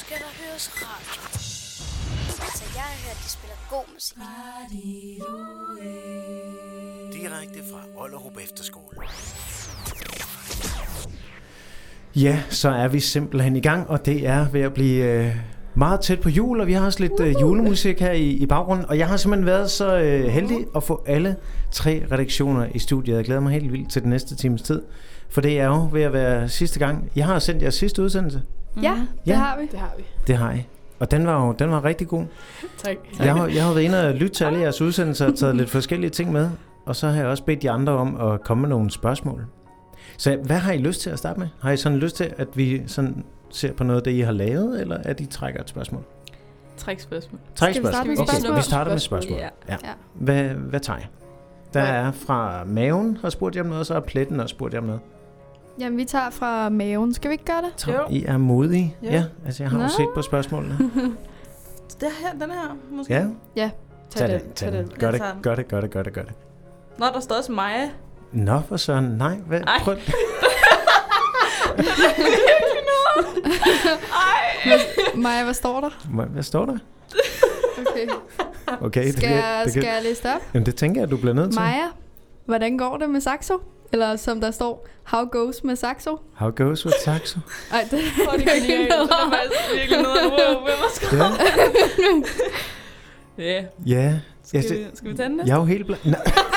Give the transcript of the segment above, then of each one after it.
skal der høres radio. Altså, jeg har hørt, de spiller god musik. Direkte fra Ollerup Efterskole. Ja, så er vi simpelthen i gang, og det er ved at blive meget tæt på jul, og vi har også lidt julemusik her i baggrunden. Og jeg har simpelthen været så heldig at få alle 3 redaktioner i studiet. Jeg glæder mig helt vildt til den næste times tid, for det er jo ved at være sidste gang. Jeg har sendt jeres sidste udsendelse. Ja, det har vi. Det har I. Og den var rigtig god. Tak. Jeg har været inde og lytte til alle jeres udsendelser og taget lidt forskellige ting med. Og så har jeg også bedt de andre om at komme med nogle spørgsmål. Så hvad har I lyst til at starte med? Har I sådan lyst til, at vi sådan ser på noget af det, I har lavet, eller at I trækker et spørgsmål? Træk spørgsmål. Træk Skal vi starte med spørgsmål? spørgsmål? Okay, vi starter med spørgsmål. Ja. Hvad tager jeg? Der er fra maven, har spurgt jer om noget, og så er pletten også spurgt jer om noget. Jamen, vi tager fra maven. Skal vi ikke gøre det? Jo. I er modige. Jo. Ja, altså jeg har jo set på spørgsmålene. Det her, den her, måske? Ja, Ja. tag den. Gør Jeg tager den. det. Nå, der står også Maja. Nå, for søren. Nej, hvad? Ej. Prøv. Maja, hvad står der? Hvad står der? Okay. Okay, Skal jeg læse det op? Jamen, det tænker jeg, du bliver nødt til. Maja, hvordan går det med Saxo? Eller som der står, how goes med Saxo? How goes with Saxo? Ej, det Hvor er det genialt. Det er faktisk virkelig noget, hvem er skrevet. Ja. Ja. Skal vi tage den næste? Jeg er jo helt blank.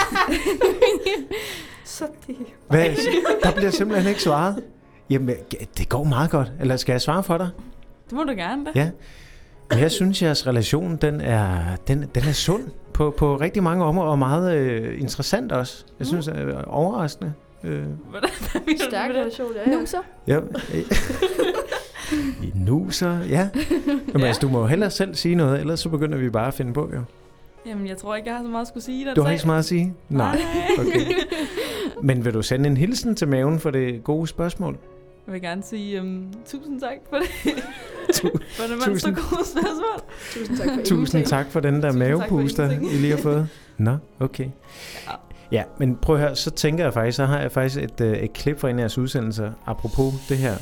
Så det... Hvad? Der bliver simpelthen ikke svaret. Jamen, det går meget godt. Eller skal jeg svare for dig? Det må du gerne da. Ja. Men jeg synes, jeres relation, den er sund på rigtig mange områder, og meget interessant også. Jeg synes, det er overraskende. Hvordan er vi Stærk relation? nu så. Ja. Nu så, ja. Jamen, altså, du må jo hellere selv sige noget, ellers så begynder vi bare at finde på, jo. Jamen, jeg tror ikke, jeg har så meget at skulle sige. Du har ikke så meget at sige? Nej. Okay. Men vil du sende en hilsen til maven for det gode spørgsmål? Jeg vil gerne sige tusind tak for det. For det var så gode spørgsmål. Tusind tak for den der mavepuster, I lige har fået. Nå, okay. Ja, men prøv at høre, så tænker jeg faktisk, så har jeg faktisk et klip fra en af jeres udsendelser, apropos det her.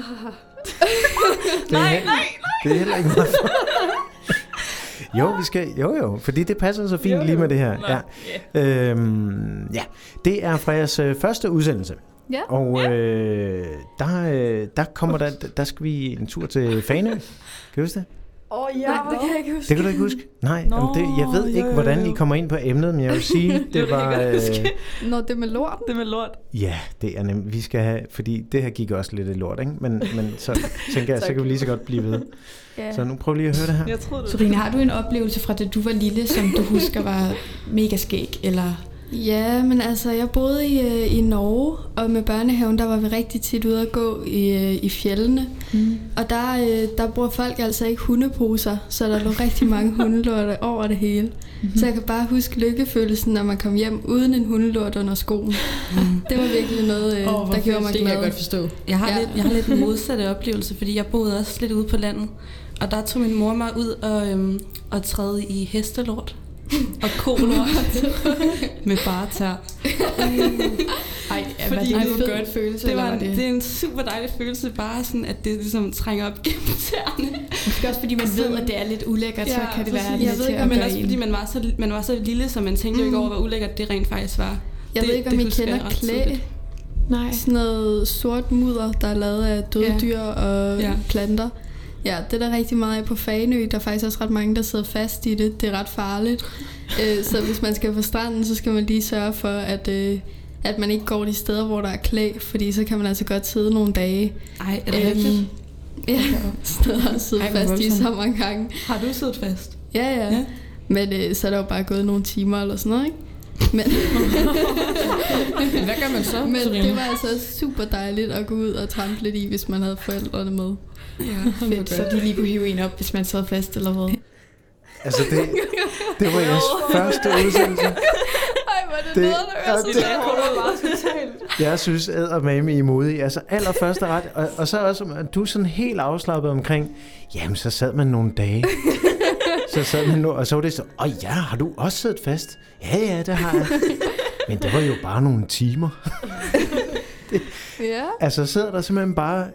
Nej. Det er heller ikke meget for. Jo, vi skal, jo, fordi det passer så fint lige med det her. Ja, det er fra jeres første udsendelse. Ja. Og der kommer der skal vi en tur til Fanø. Kan du huske det? Ja, nej, det kan jeg ikke huske. Det kan du ikke huske? Nej, jeg ved ikke, hvordan I kommer ind på emnet, men jeg vil sige, det var... Nå, det med lort. Det med lort. Ja, det er nemt. Vi skal have, fordi det her gik også lidt i lort, ikke? Men så tænker jeg, så kan vi lige så godt blive ved. Ja. Så nu prøv lige at høre det her. Jeg troede det. Sorine, har du en oplevelse fra da du var lille, som du husker var mega skæg, eller... Ja, men altså, jeg boede i Norge, og med børnehaven, der var vi rigtig tit ude at gå i fjellene. Og der bruger folk altså ikke hundeposer, så der lå rigtig mange hundelorte over det hele. Så jeg kan bare huske lykkefølelsen, når man kom hjem uden en hundelort under skoen. Det var virkelig noget, der gjorde mig glad. Det kan jeg godt forstå. Jeg har lidt en modsatte oplevelse, fordi jeg boede også lidt ude på landet. Og der tog min mor mig ud og træde i hestelort. Og kolort med bare tær. Ej, fordi det var en godt følelse. Det er en super dejlig følelse, bare sådan, at det ligesom trænger op gennem tæerne. Måske også fordi man ved, at det er lidt ulækkert, så kan det være lidt til at men gøre også en. fordi man var så lille, så man tænkte jo ikke over, hvor ulækkert det rent faktisk var. Jeg ved ikke, om I kender klæ. Nej. Sådan noget sort mudder, der er lavet af døde dyr og planter. Ja, det er der rigtig meget af på Fanø. Der er faktisk også ret mange, der sidder fast i det. Det er ret farligt. Så hvis man skal på stranden, så skal man lige sørge for, at man ikke går de steder, hvor der er klæ. Fordi så kan man altså godt sidde nogle dage. Ej, er det rigtigt? Ja, steder har siddet fast i så mange gange. Har du siddet fast? Ja. Men så er der jo bare gået nogle timer eller sådan noget, ikke? Men hvad gør man så? Men det var altså super dejligt at gå ud og trampe lidt i, hvis man havde forældrene med. Ja, fedt. Så de lige kunne hive en op, hvis man sad fast eller hvad? Altså det var jeres første udsendelse. Ej, hvor er det noget, Jeg synes eddermame I modige. Altså allerførste ret. Og så også, at du er sådan helt afslappet omkring, jamen så sad man nogle dage. Så sad man nu, og så var det så, ja, har du også siddet fast? Ja, det har jeg. Men det var jo bare nogle timer. Ja. Altså sidder der simpelthen bare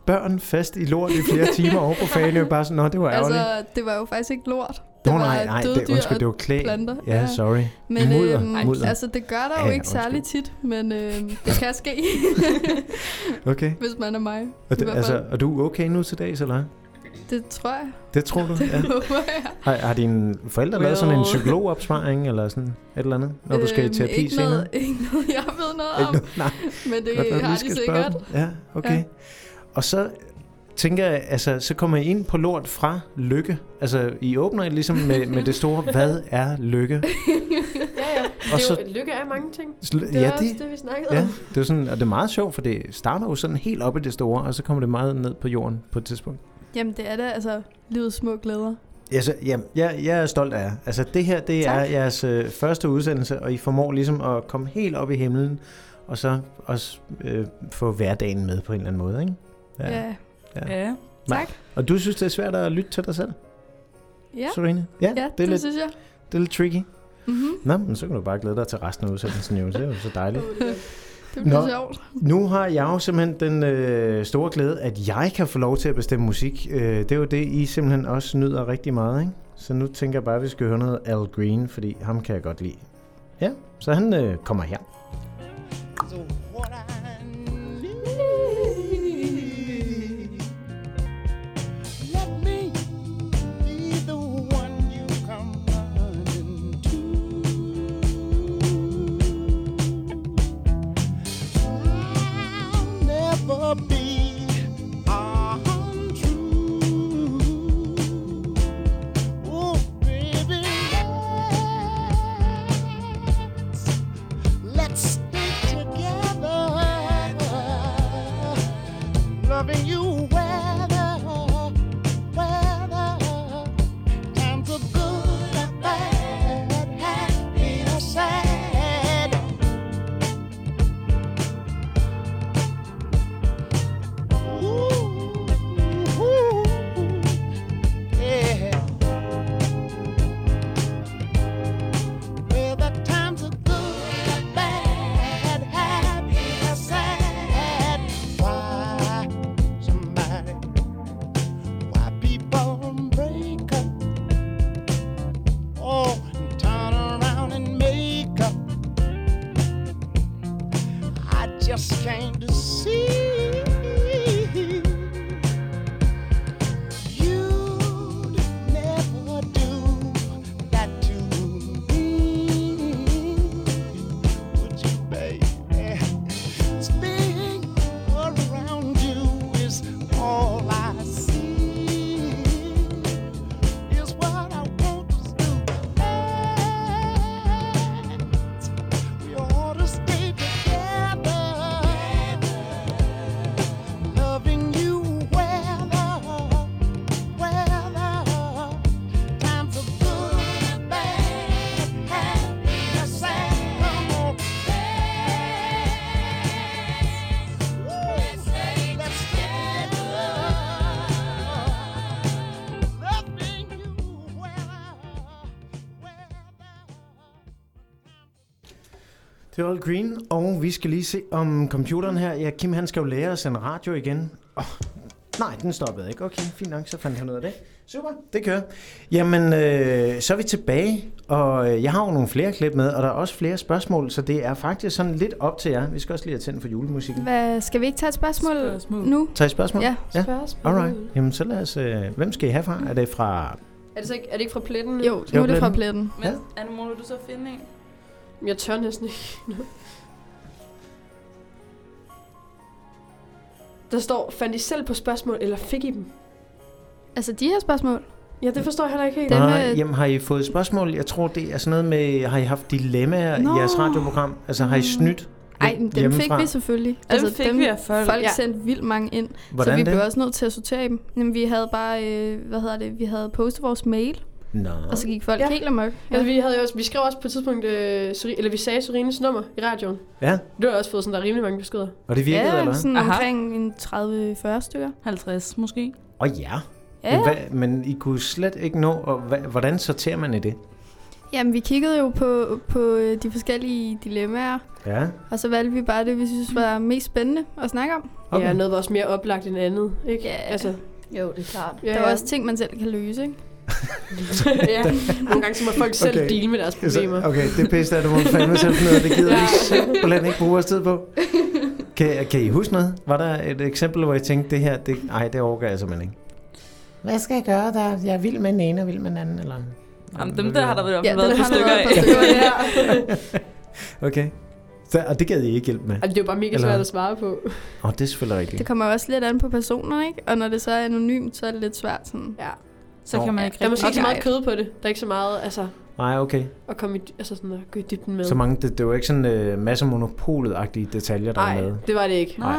børn fast i lort i flere timer over på Fanø. Bare sådan, det var ærgerligt. Altså, det var jo faktisk ikke lort. Det var nej, døddyr det var klæ. Planter. Ja, sorry. Men mudder. altså, det gør der jo ikke særlig tit, men det kan ske. Okay. Hvis man er mig. Og du er okay nu til dags, eller? Det tror jeg. Det tror du? Det håber jeg. Har dine forældre lavet sådan en psykologopsparing eller sådan et eller andet, når du skal i terapi senere? Ikke noget, jeg ved noget om. Nej. Men det har de sikkert. Ja, okay. Ja. Og så tænker jeg, altså, så kommer I ind på lort fra lykke. Altså, I åbner ligesom med det store, hvad er lykke? Ja. Lykke er mange ting. Det er også det, vi snakkede om. Det er sådan, og det er meget sjovt, for det starter jo sådan helt op i det store, og så kommer det meget ned på jorden på et tidspunkt. Jamen, det er da altså livets små glæder. Altså, jeg er stolt af jer. Altså, det her, det er jeres første udsendelse, og I formår ligesom at komme helt op i himlen, og så også få hverdagen med på en eller anden måde, ikke? Ja. Tak. Og du synes, det er svært at lytte til dig selv? Ja. Sorine? Ja, det synes jeg. Det er lidt tricky. Mm-hmm. Nå, men så kan du bare glæde dig til resten af udsendelsen, jo. Det er jo så dejligt. Det bliver sjovt. Nu har jeg jo simpelthen den store glæde, at jeg kan få lov til at bestemme musik. Det er jo det, I simpelthen også nyder rigtig meget, ikke? Så nu tænker jeg bare, at vi skal høre noget Al Green, fordi ham kan jeg godt lide. Ja, så han kommer her. Det er Al Green, og vi skal lige se om computeren her. Ja, Kim, han skal jo lære at sende radio igen. Nej, den stoppede ikke. Okay, fint nok, så fandt han ud af det. Super, det kører. Jamen, så er vi tilbage, og jeg har jo nogle flere klip med, og der er også flere spørgsmål, så det er faktisk sådan lidt op til jer. Vi skal også lige have tændt for julemusikken. Skal vi ikke tage et spørgsmål nu? Tage et spørgsmål? Ja. Spørgsmål. Alright. Jamen, så lad os... hvem skal I have fra? Er det fra... Er det ikke fra Pletten? Jo, nu er det fra Pletten. Men Anne, må du så finde en? Jeg tør næsten ikke. Der står, fandt I selv på spørgsmål, eller fik I dem? Altså de her spørgsmål? Ja, det forstår jeg heller ikke helt. Jamen, har I fået spørgsmål? Jeg tror, det er sådan noget med... Har I haft dilemmaer i jeres radioprogram? Altså, har I snydt? Ej, dem fik vi selvfølgelig. Dem fik vi af folk. Folk sendte vildt mange ind. Hvordan så vi blev også nødt til at sortere dem. Jamen, vi havde bare, vi havde postet vores mail. Nå. Og så gik folk helt amok. Ja. Altså, vi skrev også på et tidspunkt, eller vi sagde Sorines nummer i radioen. Ja. Du har også fået sådan, der er rimelig mange beskeder. Og det virkede, eller? Ja, sådan omkring 30-40 stykker. 50 måske. Ja. Men I kunne slet ikke nå, og hvordan sorterer man i det? Jamen, vi kiggede jo på de forskellige dilemmaer. Ja. Og så valgte vi bare det, vi synes var mest spændende at snakke om. Ja, noget var også mere oplagt end andet, ikke? Ja. Altså, Jo, det er klart. Der er også ting, man selv kan løse, ikke? ja, nogle gange så må folk selv deale med deres problemer. Okay, det pisse, at du må fandme selv finde ud af, det gider vi simpelthen ikke bruge vores tid på. Kan I huske noget? Var der et eksempel, hvor I tænkte, det her, det overgår jeg simpelthen ikke? Hvad skal jeg gøre der? Jeg er vild med den ene og vild med den anden, eller? Jamen, dem der har der i hvert fald været der på har stykker været af. på stykker, ja. Okay. Så, og det gad I ikke hjælpe med? Altså, det er jo bare mega svært at svare på. Det er selvfølgelig rigtigt. Det kommer også lidt an på personer, ikke? Og når det så er anonymt, så er det lidt svært sådan. Ja. Så kan man ikke Der er måske rigtig... ikke så meget kød på det. Der er ikke så meget, altså... Nej, okay. At komme sådan at gå i dybden med. Så mange, det var ikke sådan masse monopolet-agtige detaljer, der var med? Nej, det var det ikke. Nej,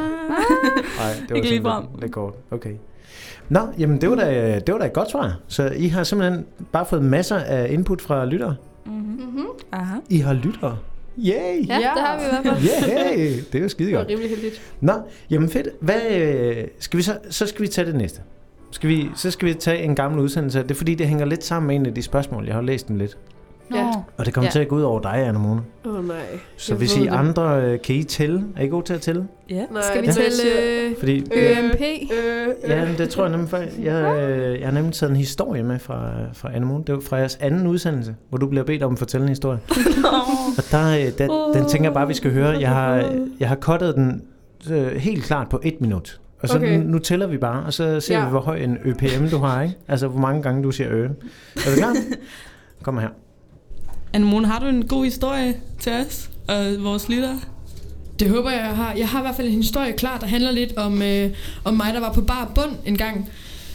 det var ikke lige sådan lidt kort. Okay. Nå, jamen det var da et godt svar. Så I har simpelthen bare fået masser af input fra lyttere. Mm-hmm. Aha. I har lyttere. Yay! Ja, det har vi i hvert fald. Yay! Det er jo skide Det var godt. rimelig heldigt. Nå, jamen fedt. Hvad, skal vi så skal vi tage det næste. Så skal vi tage en gammel udsendelse. Det er fordi, det hænger lidt sammen med en af de spørgsmål. Jeg har læst den lidt. Ja. Og det kommer til at gå ud over dig, Anna-Mone. Nej. Så hvis I andre, kan I tælle? Er I gode til at tælle? Ja. Nej, Skal vi det tælle Fordi, ØMP? ja, det tror jeg nemlig faktisk. Jeg har nemlig taget en historie med fra Anna-Mone. Det var fra jeres anden udsendelse, hvor du bliver bedt om at fortælle en historie. Og den tænker jeg bare, vi skal høre. Jeg har cuttet den helt klart på 1 minut. Og så nu tæller vi bare, og så ser vi, hvor høj en ØPM du har, ikke? Altså, hvor mange gange du siger Er du klar? Kom her. Anne-Mone, har du en god historie til os og vores lyttere? Det håber jeg har. Jeg har i hvert fald en historie klar, der handler lidt om mig, der var på bar bund en gang.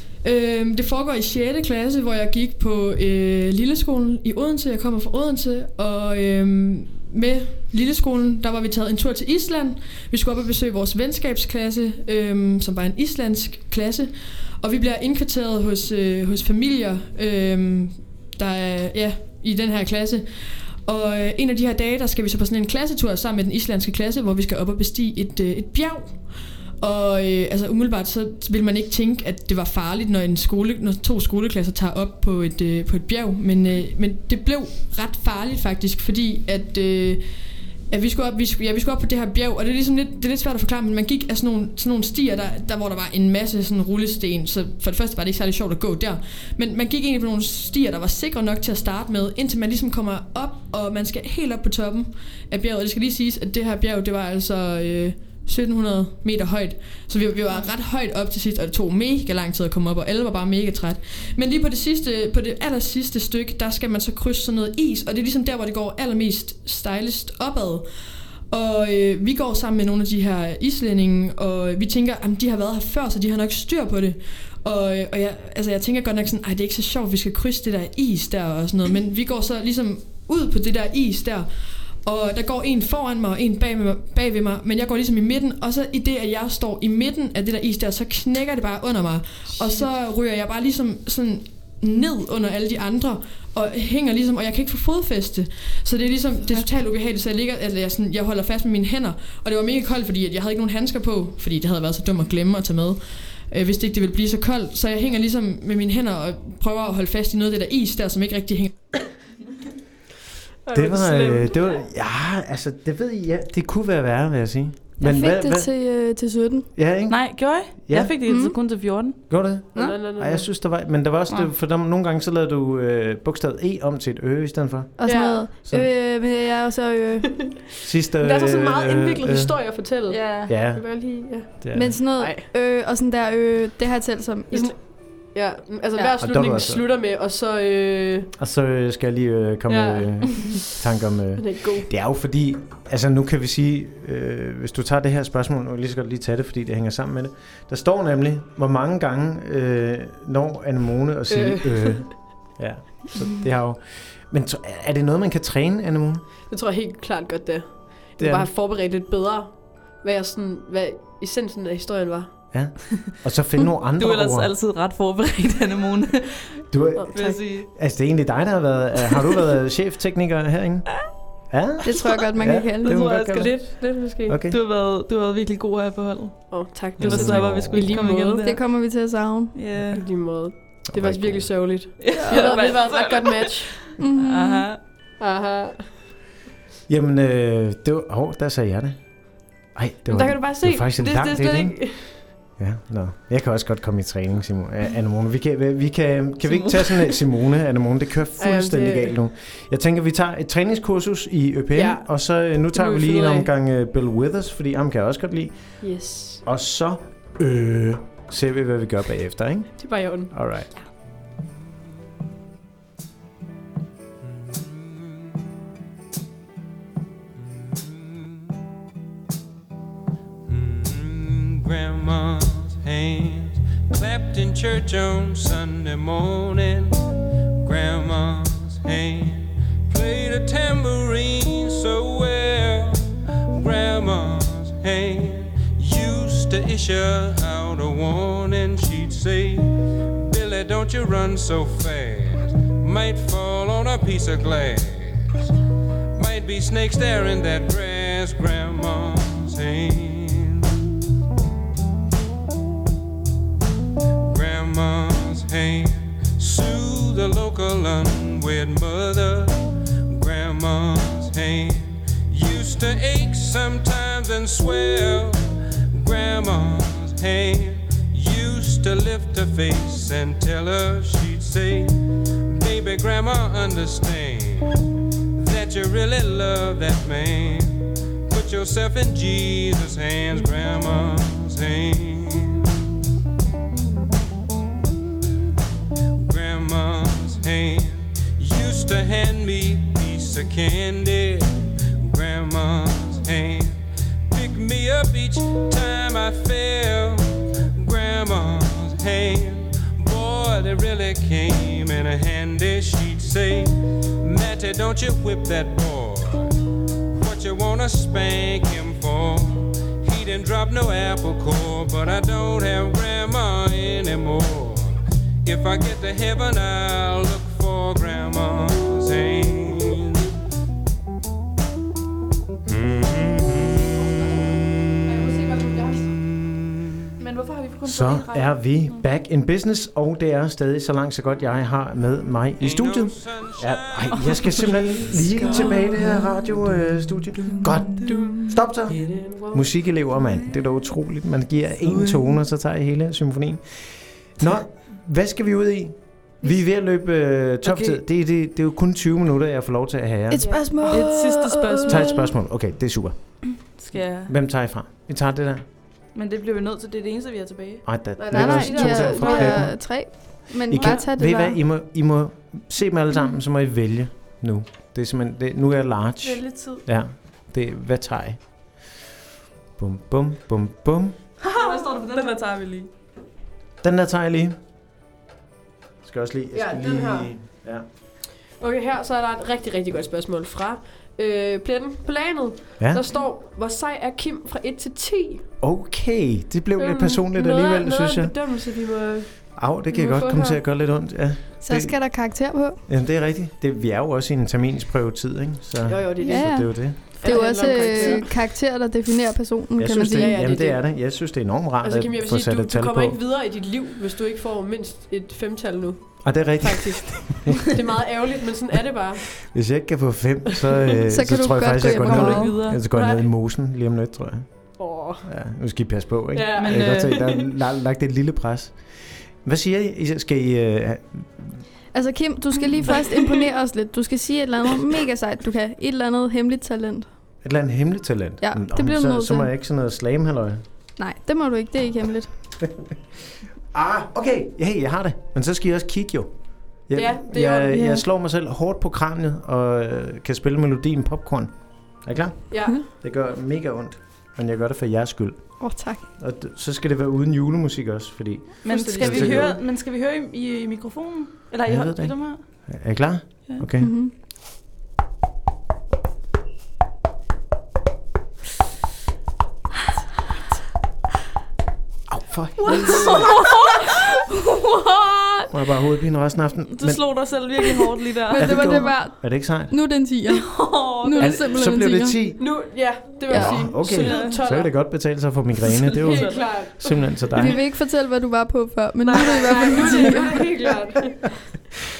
Det foregår i 6. klasse, hvor jeg gik på Lilleskolen i Odense. Jeg kommer fra Odense, og med Lilleskolen, der var vi taget en tur til Island. Vi skulle op og besøge vores venskabsklasse, som var en islandsk klasse. Og vi bliver indkvarteret hos familier, der er i den her klasse. Og en af de her dage, der skal vi så på sådan en klassetur sammen med den islandske klasse, hvor vi skal op og bestige et bjerg. Og altså umiddelbart så vil man ikke tænke, at det var farligt, når 2 skoleklasser tager op på et bjerg. Men det blev ret farligt faktisk, fordi at vi skulle op på det her bjerg, og det er ligesom lidt svært at forklare, men man gik af sådan nogle stier, der hvor der var en masse sådan rullesten, så for det første var det ikke særlig sjovt at gå der, men man gik egentlig på nogle stier, der var sikre nok til at starte med, indtil man ligesom kommer op, og man skal helt op på toppen af bjerget, og det skal lige siges, at det her bjerg, det var altså 1700 meter højt, så vi var ret højt op til sidst, og det tog mega lang tid at komme op, og alle var bare mega træt. Men lige på det aller sidste stykke, der skal man så krydse sådan noget is, og det er ligesom der, hvor det går allermest stejlest opad. Og vi går sammen med nogle af de her islændinge, og vi tænker, at de har været her før, så de har nok styr på det. Og jeg tænker godt nok sådan, det er ikke så sjovt, vi skal krydse det der is der og sådan noget, men vi går så ligesom ud på det der is der, og der går en foran mig og en bag ved mig, men jeg går ligesom i midten, og så i det, at jeg står i midten af det der is der, så knækker det bare under mig, og så ryger jeg bare ligesom sådan ned under alle de andre, og hænger ligesom, og jeg kan ikke få fodfæste, så det er ligesom, det er totalt ubehageligt, så jeg holder fast med mine hænder, og det var mega koldt, fordi at jeg havde ikke nogen handsker på, fordi det havde været så dumt at glemme at tage med, hvis det ikke det ville blive så koldt, så jeg hænger ligesom med mine hænder og prøver at holde fast i noget af det der is der, som ikke rigtig hænger. Det var, ja, altså, det ved jeg, det kunne være værre, vil jeg sige. Men jeg fik det til 17. Ja, ikke? Nej, gjorde jeg? Ja. Jeg fik det kun til 14. Gjorde det? Nej. Ej, jeg synes, der var, men der var også, det, for nogle gange, så lavede du bogstavet E om til et i stedet for. Og sådan noget. Men jeg er så Sidste, der er så sådan meget indviklet historie at fortælle. Ja. Men sådan noget, og sådan der, det har jeg talt som... Ja, altså hver slutning slutter med, og så... Og så skal jeg lige komme med tanker om... Det er jo fordi, altså nu kan vi sige, hvis du tager det her spørgsmål, nu lige så godt lige tage det, fordi det hænger sammen med det. Der står nemlig, hvor mange gange når Anne-Mone at sige Ja, så det har jo... Men er det noget, man kan træne, Anne-Mone? Det tror jeg helt klart godt, det. Jeg vil bare have forberedt lidt bedre, hvad essensen af historien var. Ja, og så finde nogle andre Du er ellers ord. altid ret forberedt, Anne-Mone. Altså, det er egentlig dig, der har været... Har du været cheftekniker herinde? Ja. Det tror jeg godt, man kan kalde det. Det tror jeg skal lidt måske. Okay. Du har været virkelig god her på holdet. Tak. Det var så, hvor vi skulle lige komme igennem det. Det kommer vi til at savne. Ja. På lige måde. Det var også virkelig sørgeligt. Vi har været et ret godt match. Aha. Jamen, det var... der sagde jeg det. Ej, der kan du bare se. Det var faktisk det er slet ikke... Ja, nå. Jeg kan også godt komme i træning, Anemone. Kan vi ikke tage sådan en Simone, Anemone? Det kører fuldstændig galt nu. Jeg tænker, vi tager et træningskursus i ØPN, og så nu tager vi lige en omgang Bill Withers, fordi ham kan jeg også godt lide. Yes. Og så ser vi, hvad vi gør bagefter, ikke? Det er bare i orden. Alright. Grandma's hands clapped in church on Sunday morning. Grandma's hand played a tambourine so well. Grandma's hand used to issue out a warning. She'd say, Billy, don't you run so fast. Might fall on a piece of glass. Might be snakes there in that grass. Grandma's hand. Grandma's hand soothe the local unwed mother. Grandma's hand used to ache sometimes and swell. Grandma's hand used to lift her face and tell her, she'd say, baby, Grandma, understand that you really love that man. Put yourself in Jesus' hands. Grandma's hand. Grandma's hand used to hand me a piece of candy. Grandma's hand picked me up each time I fell. Grandma's hand, boy, they really came in handy. She'd say, Matty, don't you whip that boy. What you wanna spank him for? He didn't drop no apple core, but I don't have Grandma anymore. If I get to heaven, I'll look for Grandma's hand. Men hvorfor har vi kun Så er vi back in business, og det er stadig så langt så godt, jeg har med mig i studiet. Ja, jeg skal simpelthen lige tilbage i det her radiostudie. Godt. Stop så. Musikelever, mand. Det er da utroligt. Man giver en tone, og så tager jeg hele symfonien. Nå, hvad skal vi ud i? Vi er ved at løbe toptid. Det er jo kun 20 minutter, jeg får lov til at have. Et spørgsmål. Et sidste spørgsmål. Tag et spørgsmål. Okay, det er super. Skal jeg... Hvem tager I fra? Vi tager det der. Men det bliver vi nødt til. Det er det eneste, vi har tilbage. Nej, Nej, 3. Men bare tag det der. Ved hvad, I må se dem alle sammen, så må I vælge nu. Det er simpelthen, nu er jeg large. Vælge tid. Ja, hvad tager I? Bum, bum, bum, bum. Hvad står der på den? Den der tager vi lige. Den der tager jeg lige. Skal også lige. Den her. Ja. Okay, her så er der et rigtig, rigtig godt spørgsmål fra Pletten på lanet. Ja. Der står, hvor sej er Kim fra 1 til 10? Okay, det blev lidt personligt alligevel, synes jeg. Noget bedømmelse, vi må... Det kan jeg godt komme til at gøre lidt ondt, ja. Så skal der karakter på. Jamen, det er rigtigt. Vi er jo også i en terminsprøvetid, ikke? Så, jo, det er det. Ja. Så det er jo det. Det er jo også karakterer, der definerer personen, kan man sige. Jamen, det er det. Jeg synes, det er enormt rart altså, Kim, at få sat et tal på. Du kommer ikke videre i dit liv, hvis du ikke får mindst et 5-tal nu. Og det er rigtigt. Faktisk. Det er meget ærgerligt, men sådan er det bare. Hvis jeg ikke kan få 5, så tror jeg faktisk, at jeg går ned i mosen lige om lidt, tror jeg. Ja, nu skal I passe på, ikke? Ja, men, der er lagt et lille pres. Hvad siger I? Skal I... Altså Kim, du skal lige først imponere os lidt. Du skal sige et eller andet mega sejt, du kan. Et eller andet hemmeligt talent. Et eller andet hemmeligt talent? Ja, det bliver du nødt til. Så må jeg ikke sådan noget slam, halløj? Nej, det må du ikke. Det er ikke hemmeligt. Okay. Hey, jeg har det. Men så skal I også kigge jo. Jeg slår mig selv hårdt på kraniet og kan spille melodien Popcorn. Er I klar? Ja. Det gør mega ondt, men jeg gør det for jeres skyld. Tak. Og så skal det være uden julemusik også, fordi... Men skal vi høre i mikrofonen? Eller i dem her? Er I klar? Ja. Okay. Mm-hmm. For må jeg bare hovedpine resten af aftenen. Du slog dig selv virkelig hårdt lige der. Men det var det værd. Er det ikke sejt? Nu er det en 10'er. Nu er det simpelthen så blev det 10? Nu, ja, det vil jeg sige. Okay, så kan det godt betale sig for migræne. Det er jo simpelthen så dejligt. Vi vil ikke fortælle, hvad du var på før, men nu er det i hvert fald en 10'er. Helt klart.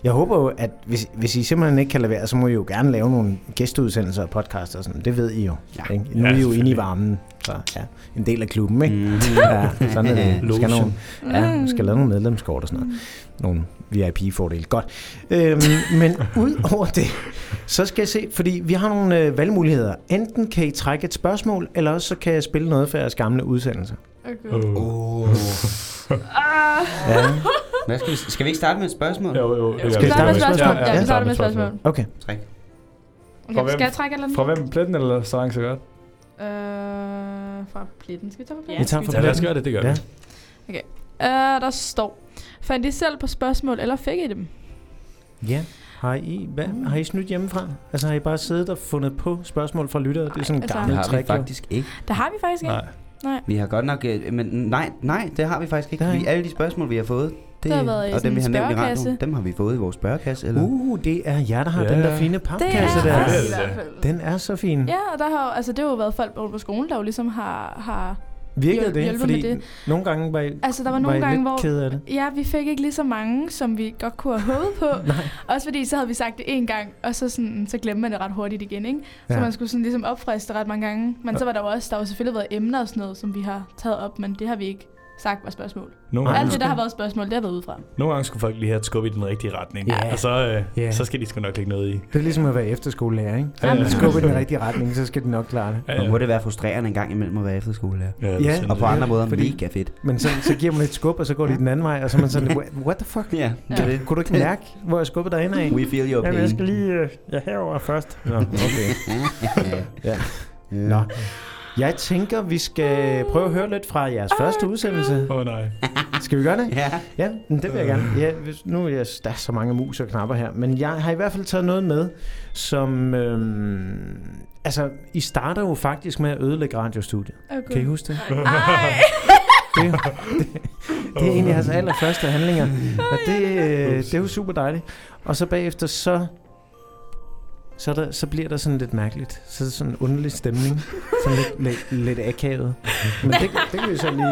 Jeg håber jo, at hvis I simpelthen ikke kan lade være, så må I jo gerne lave nogle gæsteudsendelser og podcaster og sådan. Det ved I jo. Ja. Ikke? Nu er I jo inde i varmen. Så ja, en del af klubben, ikke? Ja, sådan er det. Skal lave nogle medlemskort og sådan noget. Nogle VIP-fordele. Godt. Men ud over det, så skal jeg se, fordi vi har nogle valgmuligheder. Enten kan I trække et spørgsmål, eller også så kan jeg spille noget for jeres gamle udsendelser. Okay. Hvad skal vi ikke starte med et spørgsmål? Jo. Skal vi starte med et spørgsmål? Ja, vi starter med et spørgsmål. Okay. Træk. Okay, skal jeg trække eller noget? Fra hvem? Pletten eller Sarang så godt? Fra pletten. Skal vi tage fra pletten? Vi tager fra pletten. Lad os gøre det, gør vi. Okay. Der står, fandt I selv på spørgsmål, eller fik I dem? Ja. Har I snydt hjemmefra? Altså har I bare siddet og fundet på spørgsmål fra lyttere? Det er sådan en gammel trick. Det har vi faktisk ikke. Det har vi faktisk ikke. Nej. Vi har godt nok... Men nej, det har vi faktisk ikke. Alle de spørgsmål, vi har fået, det har været og dem, vi har nævnt i radioen, dem har vi fået i vores spørgekasse. Eller? Det er jer, der har den der fine papkasse der. Den er så fin. Ja, og der har altså, det har jo været folk på skolen, der jo ligesom har virkede det? Fordi det. Nogle gange var I, altså, der var nogle gange, hvor ked af det. Ja, vi fik ikke lige så mange, som vi godt kunne have håbet på. Også fordi så havde vi sagt det en gang, og så glemte man det ret hurtigt igen, ikke? Så man skulle sådan ligesom opfriske ret mange gange. Men så var der jo også, der var selvfølgelig været emner og sådan noget, som vi har taget op, men det har vi ikke sagt var spørgsmål. Alt det, der har været spørgsmål, det har været udefra. Nogle gange skulle folk lige have et skub i den rigtige retning, og så skal de sgu nok lægge noget i. Det er ligesom at være efterskolelærer, ikke? Skub i den rigtige retning, så skal de nok klare det. Og må det være frustrerende en gang imellem at være efterskolelærer. Ja, og på andre måder mega fedt. Men så giver man et skub, og så går de den anden vej, og så er man sådan, what the fuck? Ja. Kunne du ikke mærke, hvor jeg skubbede dig ind af? We feel your pain. Jeg skal lige herover først. Nå, okay. Nå. Jeg tænker, vi skal prøve at høre lidt fra jeres første udsendelse. Nej. Skal vi gøre det? Ja, det vil jeg gerne. Ja, nu er der så mange mus og knapper her, men jeg har i hvert fald taget noget med, som... altså, I starter jo faktisk med at ødelægge radiostudiet. Okay. Kan I huske det? Det er en af jeres allerførste handlinger, og det er jo super dejligt. Og så bagefter, så bliver der sådan lidt mærkeligt. Så er det sådan en underlig stemning. Sådan lidt akavet. Men det kan vi så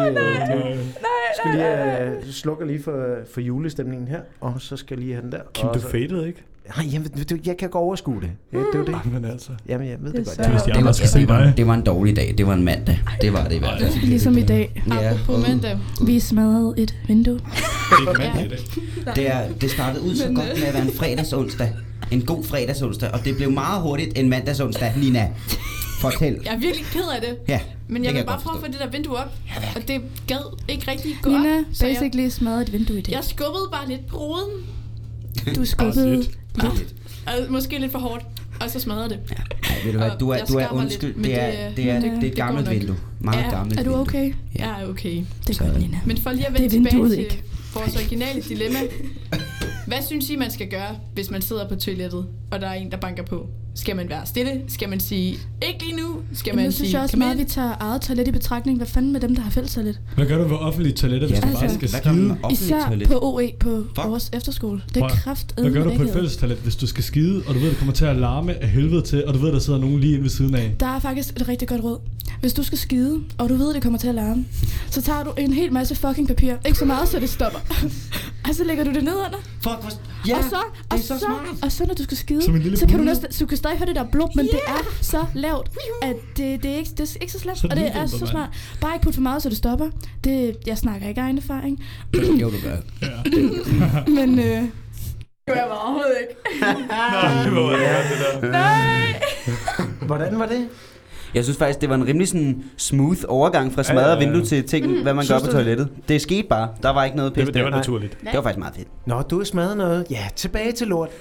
lige... slukker lige for julestemningen her. Og så skal jeg lige have den der. Kim, du fadede, ikke? Nej, jeg kan gå overskue det. Ja, det er jo det. Men altså. Jamen, jeg ved det Det godt. var en dårlig dag. Det var en mandag. Det var det i hvert fald. Ligesom i dag. Ja. Apropos mandag. Vi smadrede et vindue. Det er ikke mandag i dag. Det startede ud så godt med at være en fredagsonsdag. En god fredagsonsdag, og det blev meget hurtigt en mandagsonsdag. Nina, fortæl. Jeg er virkelig ked af det. Ja, men jeg vil bare prøve at få det der vindue op, og det gad ikke rigtig gå Nina, op. Nina, basically smadrede et vindue i det. Jeg skubbede bare lidt på ruden. Du skubbede lidt. Måske lidt for hårdt, og så smadrede det. Ja, ved du hvad, du er undskyld. Det er et gammelt vindue. Meget gammelt vindue. Er du okay? Jeg er okay. Det er godt, Nina. Men for lige at vende tilbage til vores originale dilemma. Hvad synes I, man skal gøre, hvis man sidder på toilettet, og der er en, der banker på? Skal man være stille? Skal man sige, ikke lige nu? Skal man sige, synes jeg også meget, vi tager eget toilet i betragtning. Hvad fanden med dem, der har fælles toilet? Hvad gør du ved offentlige toiletter, hvis du bare skal skide? Især på OE på vores efterskole. Det er kraftedeme. Hvad gør du på et fælles toilet, hvis du skal skide, og du ved, det kommer til at larme af helvede til, og du ved, der sidder nogen lige inde ved siden af? Der er faktisk et rigtig godt råd. Hvis du skal skide, og du ved, det kommer til at larme, så tager du en hel masse fucking papir. Ikke så meget, så det stopper. Og så lægger du det ned under. Ja, og så når du skal skide, så kan du kan stadig høre det der blub, men det er så lavt, at det er ikke så slemt, og det er så smart. Bare ikke putte for meget, så det stopper. Jeg snakker ikke egen erfaring. Jo, du gør. Men det gør jeg overhovedet ikke. Nej, det var det der. Nej! Hvordan var det? Jeg synes faktisk, det var en rimelig sådan smooth overgang fra smadret vindue til ting, hvad man gør på toilettet. Det skete bare. Der var ikke noget pis. Det var naturligt. Det var faktisk meget fedt. Nå, du har smadret noget. Ja, tilbage til lort.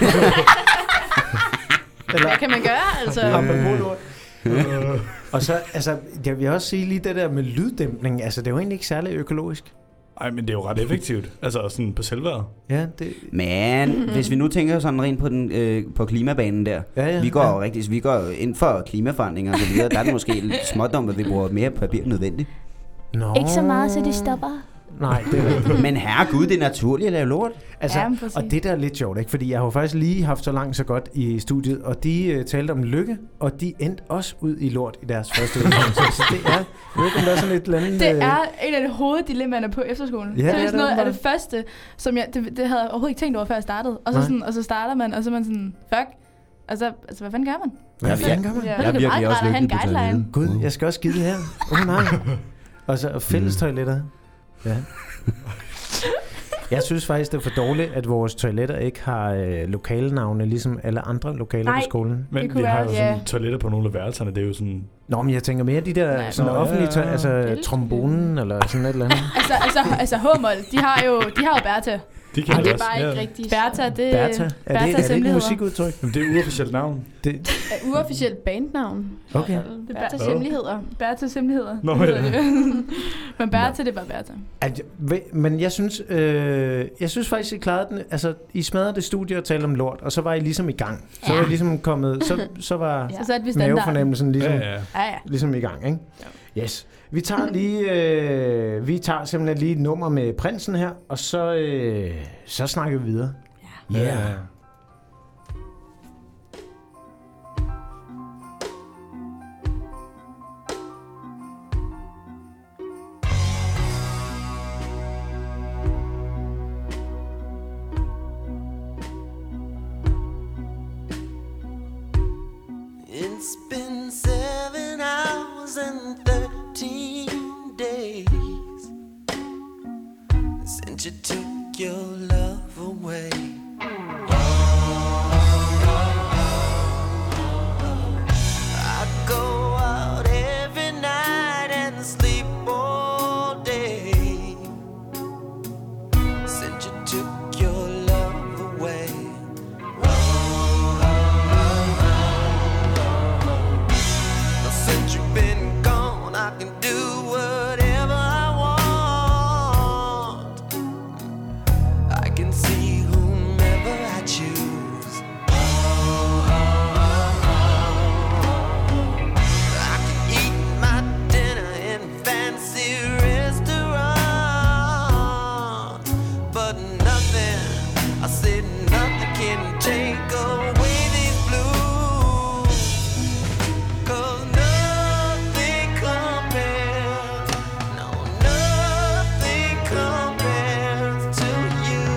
Hvad kan man gøre, altså? Og så, altså, jeg vil også sige lige det der med lyddæmpning. Altså, det er jo egentlig ikke særlig økologisk. Nej, men det er jo ret effektivt. Altså sådan på selvværet. Ja, det... Men hvis vi nu tænker sådan rent på den på klimabanen der. Vi går jo ind for klimaforandringer og så videre. Der er det måske lidt småt om, at vi bruger mere papir end nødvendigt. Ikke så meget, så det stopper. Nej, det er rigtigt. Men herregud, det er naturligt at lave lort. Altså, Ja, og det der er lidt sjovt, ikke? Fordi jeg har jo faktisk lige haft så langt så godt i studiet, og de talte om lykke, og de endte også ud i lort i deres første uddannelse. Så det er, jeg ved ikke, om der er sådan et eller andet... Det er en af de hoveddilemmaerne på efterskolen. Ja, så det det er er sådan noget det af det første, som jeg, det havde jeg overhovedet ikke tænkt over, før jeg startede. Og så, sådan, og så starter man, og så er man sådan, fuck. Altså, hvad fanden gør man? Hvad fanden gør man? Ja, Jeg er det er virkelig meget også rart at have en lykkelig på guideline. toilettet. Gud, jeg skal også skide her. Nej. Og så fælles toiletter. Ja. Jeg synes faktisk, det er for dårligt, at vores toiletter ikke har lokalenavne, ligesom alle andre lokaler på skolen. Men vi har jo sådan toiletter på nogle af værelserne, det er jo sådan... Nå, men jeg tænker mere de der sådan offentlige toiletter, altså trombonen eller sådan et eller andet. Altså H-mål, de har jo Bertha. De kan det er også, bare ikke rigtigt. Bertha, det Bertha. Er det ikke et musikudtryk? Men det er uofficielt navn. Det er uofficielt bandnavn. Okay. Det er Berthas hemmeligheder. Berthas hemmeligheder. Nå, ja. Men Bertha, det var Bertha. Men jeg synes faktisk, I klarede den. Altså, I smadrede det studie og talte om lort, og så var I ligesom i gang. Så var I ligesom kommet, så var mavefornemmelsen ligesom i gang, ikke? Ja. Yes. Vi tager simpelthen lige et nummer med prinsen her, og så snakker vi videre. Ja. Yeah. It's been 7 hours and 13 days since you took your love away. I go out every night and sleep all day since you took your love away. Since you've been gone, I can do whatever I want. I can see whomever I choose. I can eat my dinner in fancy restaurants, but nothing, I said nothing can take away these blues. 'Cause nothing compares, no, nothing compares to you.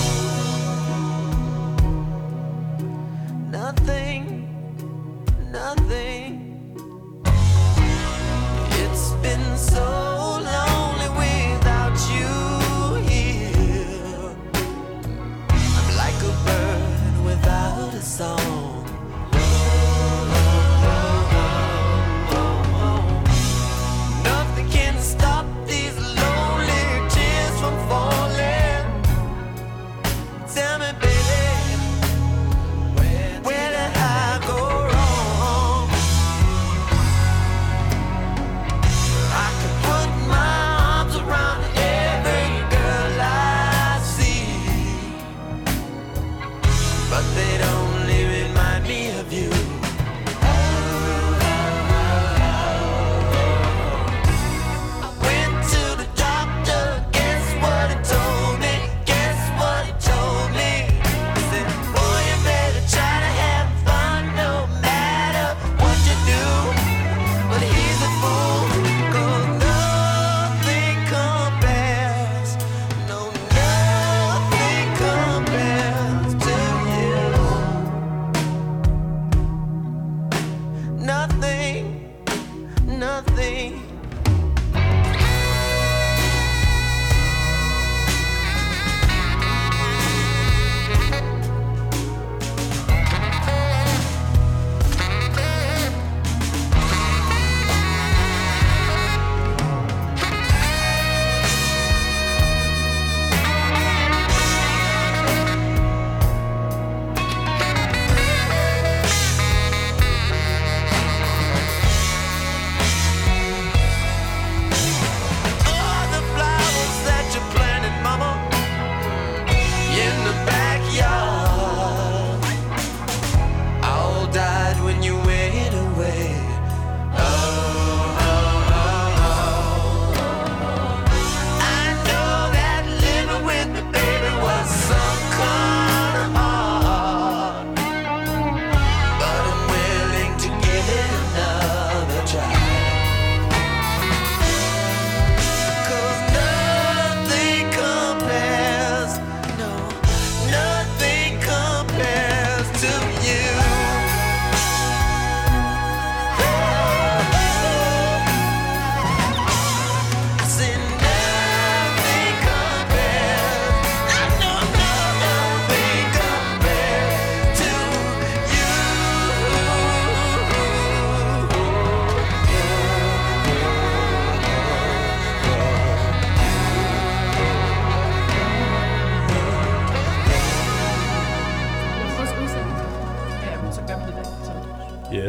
Nothing, nothing. It's been so lonely without you here.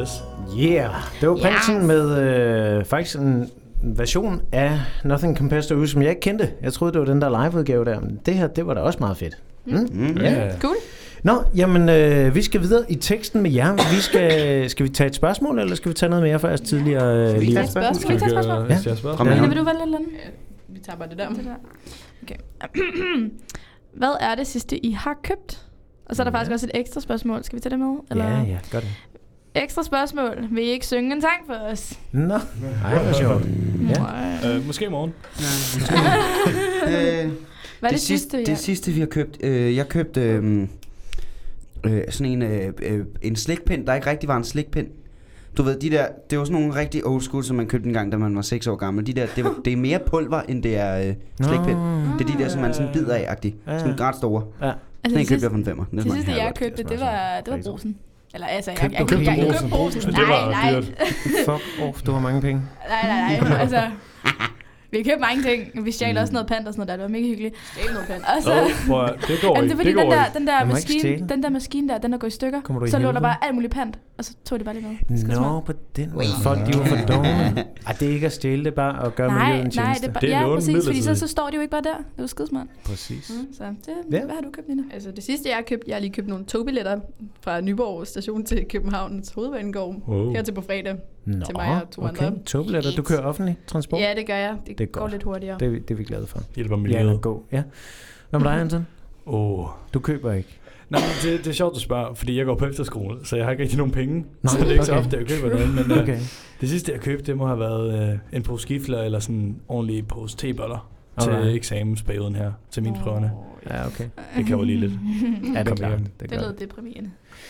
Yes. Yeah, det var Prinsen med faktisk en version af Nothing Compares to You, som jeg ikke kendte. Jeg troede, det var den der live-udgave der, men det her, det var da også meget fedt. Ja. Cool. Nå, jamen, vi skal videre i teksten med jer. Skal vi tage et spørgsmål, eller skal vi tage noget mere fra jeres tidligere liv? Skal vi tage et spørgsmål? Ja. Vil du vælge et eller andet? Vi tager bare det der. Okay. Hvad er det sidste, I har købt? Og så er der faktisk også et ekstra spørgsmål. Skal vi tage det med? Eller? Ja, gør det. Ekstra spørgsmål. Vil I ikke synge en sang for os? Nå, hvor sjovt. Ja. Måske i morgen. Hvad er det sidste? Det sidste, vi har købt. Jeg købte sådan en slikpind, der ikke rigtig var en slikpind. Du ved, de der, det var sådan nogle rigtig old school, som man købte en gang, da man var 6 år gammel. De der, det er mere pulver, end det er slikpind. Det er de der, som man sådan bider af-agtigt. Sådan ret store. Ja. Sådan en købte jeg for en 5'er. Det sidste, jeg købte, det var brusen. Eller altså, jeg købte brusen. Nej. Fuck off, du har mange penge. Nej. Altså, vi købte mange ting. Vi stjal også noget pant og sådan noget der. Det var mega hyggeligt. Stjal noget pant. Og så, det går ikke. Det er fordi, den der maskine der, den er gået i stykker. Så lå der bare alt muligt pant. Og så tog de bare lidt noget. Nå, på den måde. Folk, de var for dumme. Det er ikke at stjæle, det er bare at gøre miljøet en tjeneste. Ja, præcis, fordi så står de jo ikke bare der. Det var skidesmart. Præcis. Så hvad har du købt, Nina? Altså det sidste, jeg har købt, jeg har lige købt nogle togbilletter fra Nyborg station til Københavns Hovedbanegård. Her til på fredag. Til mig og 2 andre. Togbilletter, du kører offentlig transport? Ja, det gør jeg. Det går lidt hurtigere. Det er vi glade for. Hjælper miljøet. Ja. Hvad med dig, Anton? Du køber ikke? Nej, men det er sjovt at spørge, fordi jeg går på efterskole, så jeg har ikke rigtig nogen penge. Så det er ikke så ofte, jeg køber noget. Men det sidste, jeg købte, det må have været en pose skifler eller sådan en ordentlig pose teboller til eksamensperioden her, til mine prøverne. Ja, okay. Det kan jo lige lidt. Ja, det er klart. Det lød deprimerende.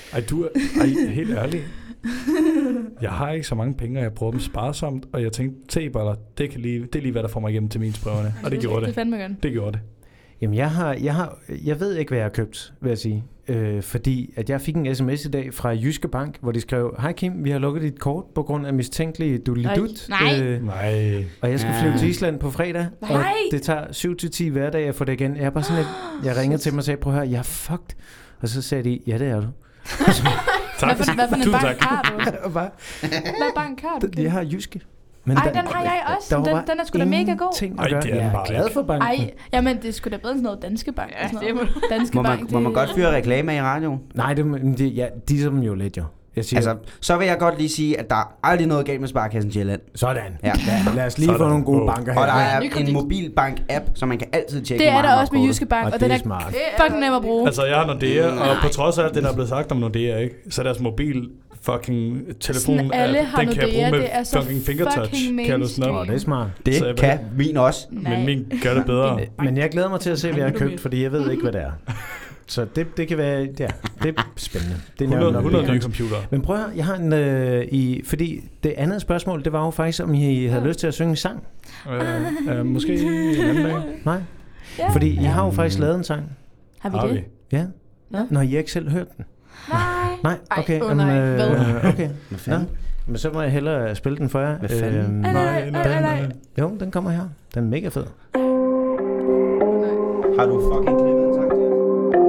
Helt ærligt. Jeg har ikke så mange penge, og jeg bruger dem sparsomt, og jeg tænkte, teboller, det er lige, hvad der får mig igennem til mine prøverne. Og det gjorde det. Det fandme godt. Det gjorde det. Jamen, jeg ved ikke, hvad jeg har købt, vil jeg sige. Fordi at jeg fik en sms i dag fra Jyske Bank, hvor de skrev: Hej Kim, vi har lukket dit kort på grund af mistænkelige dullidut. Nej. Og jeg skal flyve til Island på fredag, og det tager 7-10 hverdage at få det igen. Jeg er bare sådan lidt, jeg ringede til mig og sagde: prøv at høre, jeg er fucked. Og så sagde de: ja, det er du. Hvad for en bank har du? Hvad bank har du? Jeg har Jyske. Men den har jeg også. Den er sgu da mega god. Jeg er glad for banken. Jamen, det er sgu da bedre end sådan noget Danske Bank. Må man godt fyre reklame i radioen? Nej, de er som jo lidt, jo. Så vil jeg godt lige sige, at der er aldrig noget galt med Sparekassen Sjælland. Sådan. Ja. Lad os lige få nogle gode banker her. Og der er en mobilbank-app, så man kan altid tjekke. Det er der også med Jyske Bank, og den er fucking nem at bruge. Altså, jeg har Nordea, og på trods af det, der er blevet sagt om Nordea, ikke, så deres mobil fucking telefon, alle har den kan Nordea, jeg bruge det er med så fucking fingertouch. Kan du snappe? Det er smart. Det kan min også. Men min gør det bedre. Men jeg glæder mig til at se, hvad jeg har købt, fordi jeg ved ikke, hvad det er. Så det kan være, ja, det er spændende. Det er 100 nye computer. Men prøv at høre, jeg har fordi det andet spørgsmål, det var jo faktisk, om I havde lyst til at synge en sang. Måske en anden dag. Nej, fordi I har jo faktisk lavet en sang. Har vi det? Ja. Når I ikke selv hørt den. Nej, okay. Okay. Hvad fanden? Men så må jeg hellere spille den for jer. Hvad fanden? Nej. Jo, den kommer her. Den er mega fed. Har du fucking klippet en sang til os?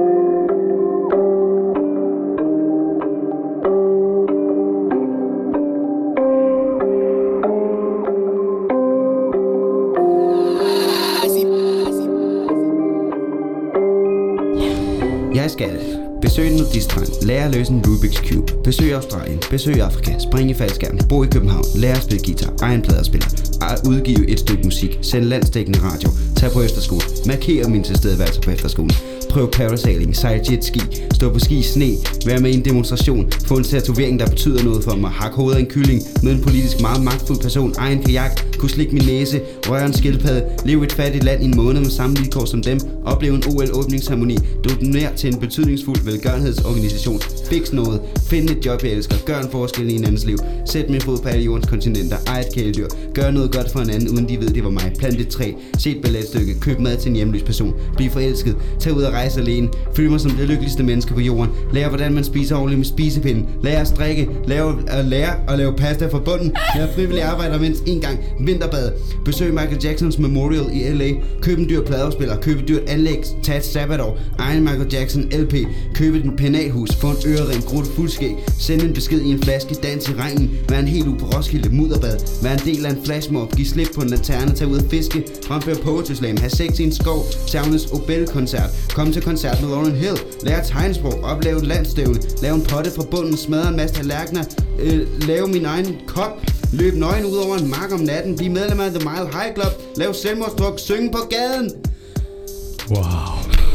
Jeg skal besøge en nudiststrand, lære at løse en Rubik's Cube, besøge Australien, besøge Afrika, springe i faldskærm, bo i København, lære at spille guitar, egen pladespiller, udgive et stykke musik, sende landsdækkende radio, tage på efterskole, markere min tilstedeværelse på efterskolen, prøve parasailing, sejle jetski, stå på ski i sne, være med i en demonstration, få en tatovering, der betyder noget for mig, hakke hovedet af en kylling, møde en politisk meget magtfuld person, egen kajak, kunne slikke min næse, røre en skildpadde, leve et fattigt land i en måned med samme vilkår som dem, opleve en OL-åbningsceremoni, donere til en betydningsfuld velgørenhedsorganisation, fix noget, finde et job jeg elsker, gør en forskel i en andens liv, sæt min fod på alle jordens kontinenter, eje et kæledyr, gør noget noget godt for hinanden, uden de ved, det var mig. Plant et træ, se et balletstykke, køb mad til en hjemløs person, bliv forelsket, tag ud og rejse alene, føl mig som det lykkeligste menneske på jorden, lær hvordan man spiser ordentligt med spisepinden, lær at strikke, lære at lave pasta fra bunden, lær frivillig arbejder mindst en gang, vinterbad, besøg Michael Jacksons Memorial i LA, køb en dyr pladeafspiller, køb et dyrt anlæg, tag et sabbatår, egen Michael Jackson LP, køb et penalhus, få en ørering, grut fuldskæg, send en besked i en flaske, dans i regnen, vær en hel uge på Roskilde, mudderbad, vær en del af en flashmob, giv slip på en lanterne, tag ud og fiske, fremfør poetry slam, have sex i en skov, Savnes Obel-koncert, kom til koncert med Lauryn Hill, lære tegnsprog, opleve et landstævne, lave en potte fra bunden, smadre en masse tallerkener, lave min egen kop, løb nøgen ud over en mark om natten, blive medlem af The Mile High Club, lave selvmordsdruk, synge på gaden. Wow.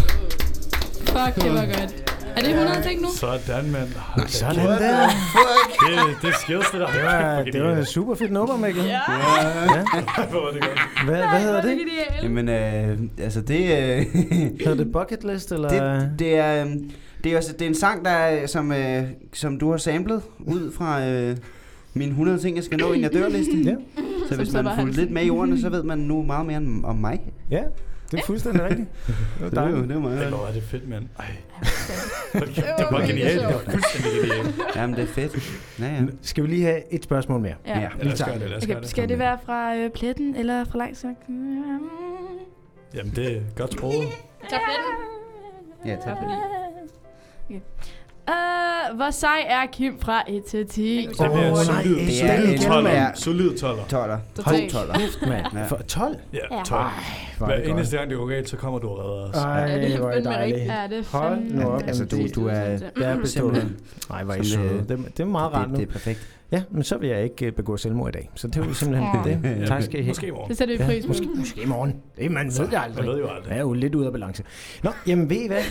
Fuck, det var godt. Er det 100 ting nu? Sådan, mand. Nej, sådan der. Det er skills, det der. Det var et super fedt nummer, Mikkel. Ja. Hvor var det godt. Hvad hedder det? Jamen, altså det... Hedder det Bucket List, eller? Det er en sang, der som du har samlet ud fra mine 100 ting, jeg skal nå, inden jeg dør liste. Ja. Så hvis man fulgte lidt med i ordene, så ved man nu meget mere om mig. Ja. Det er fuldstændig rigtigt. Det var meget. Det var det fedt, mand. Det var genialt. Det var fuldstændig genialt. Jamen, det er fedt. Ja. Skal vi lige have et spørgsmål mere? Ja. Vi tager det. Skal det være fra pletten eller fra langs? Jamen, det er godt sproget. Tak pletten. Ja, tak for det. Okay. Hvor sej er Kim fra 1 til 10? Det bliver solid. Det er en 12'er. Solid 12'er. 12'er. Mand. For 12? Ja, 12. Hver eneste gang det går galt, så kommer du og redder os. Ej, hvor er det dejligt. Ja, det er hold nu op. Altså, du er bestået. Nej, hvor er I søde. Det er meget rart nu. Det er perfekt. Ja, men så vil jeg ikke begå selvmord i dag. Så det er jo simpelthen det. Tak skal I have. Måske i morgen. Det sætter vi pris på. Måske i morgen. Det man ved jeg aldrig. Man ved jo aldrig. Jeg er jo lidt ude af balance. Nå, jamen ved I hvad?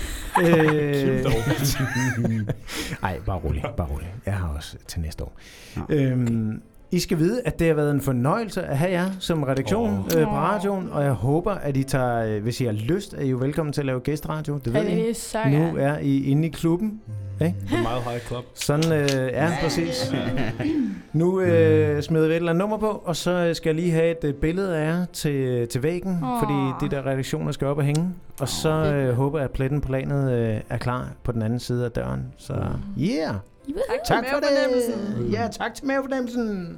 Ej, bare rolig. Jeg har også til næste år. I skal vide, at det har været en fornøjelse at have jer som redaktion på radioen, og jeg håber, at I tager, hvis I har lyst, er I jo velkommen til at lave gæsteradio. Det ved I. Nu er I inde i klubben. Okay? The Mile High Club. Sådan, præcis. Nu smider vi et eller andet nummer på, og så skal jeg lige have et billede af jer til væggen, fordi de der redaktioner skal op og hænge. Og så håber jeg, at pletten på landet er klar på den anden side af døren. Så yeah! Tak for det. Ja, tak til mavefornemmelsen.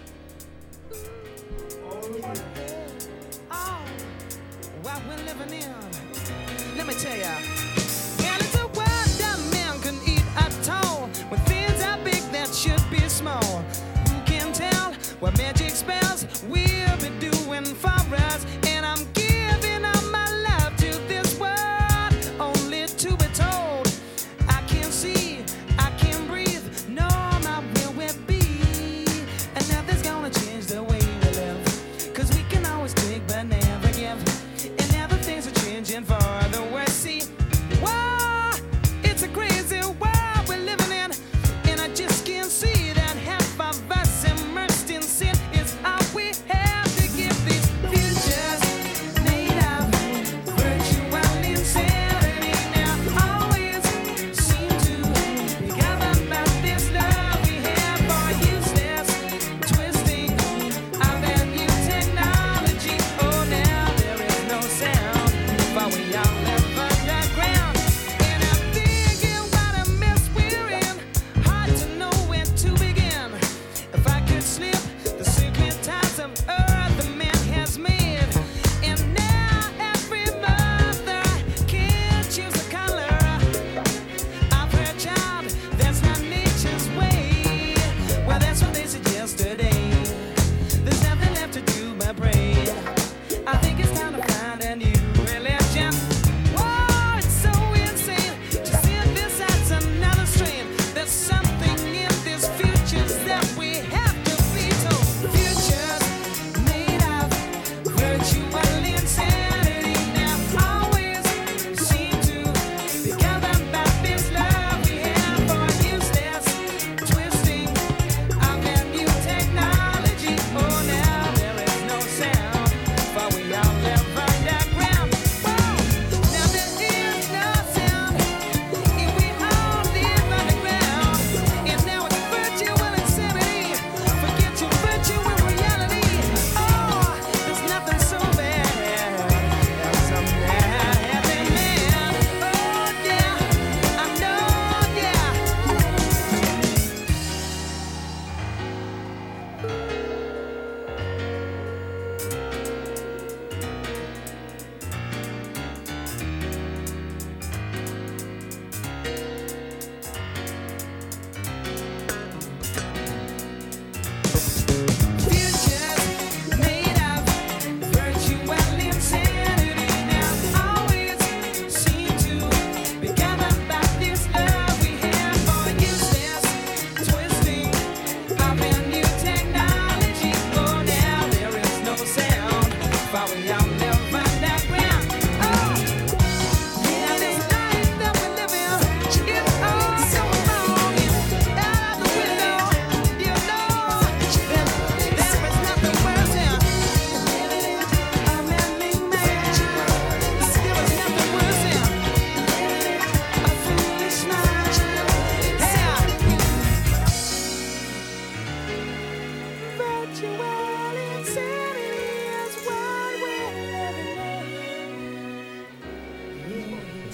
What we're living in, let me tell ya. And it's a world that man can eat at all, when things are big that should be small. Who can tell what magic spells we'll be doing for us? And I'm giving up my love to this world, only to be told I can't see, I can't breathe, no, not where we'll be. And nothing's gonna change the way we live, 'cause we can always take but never give. And now the things are changing for the worse. See,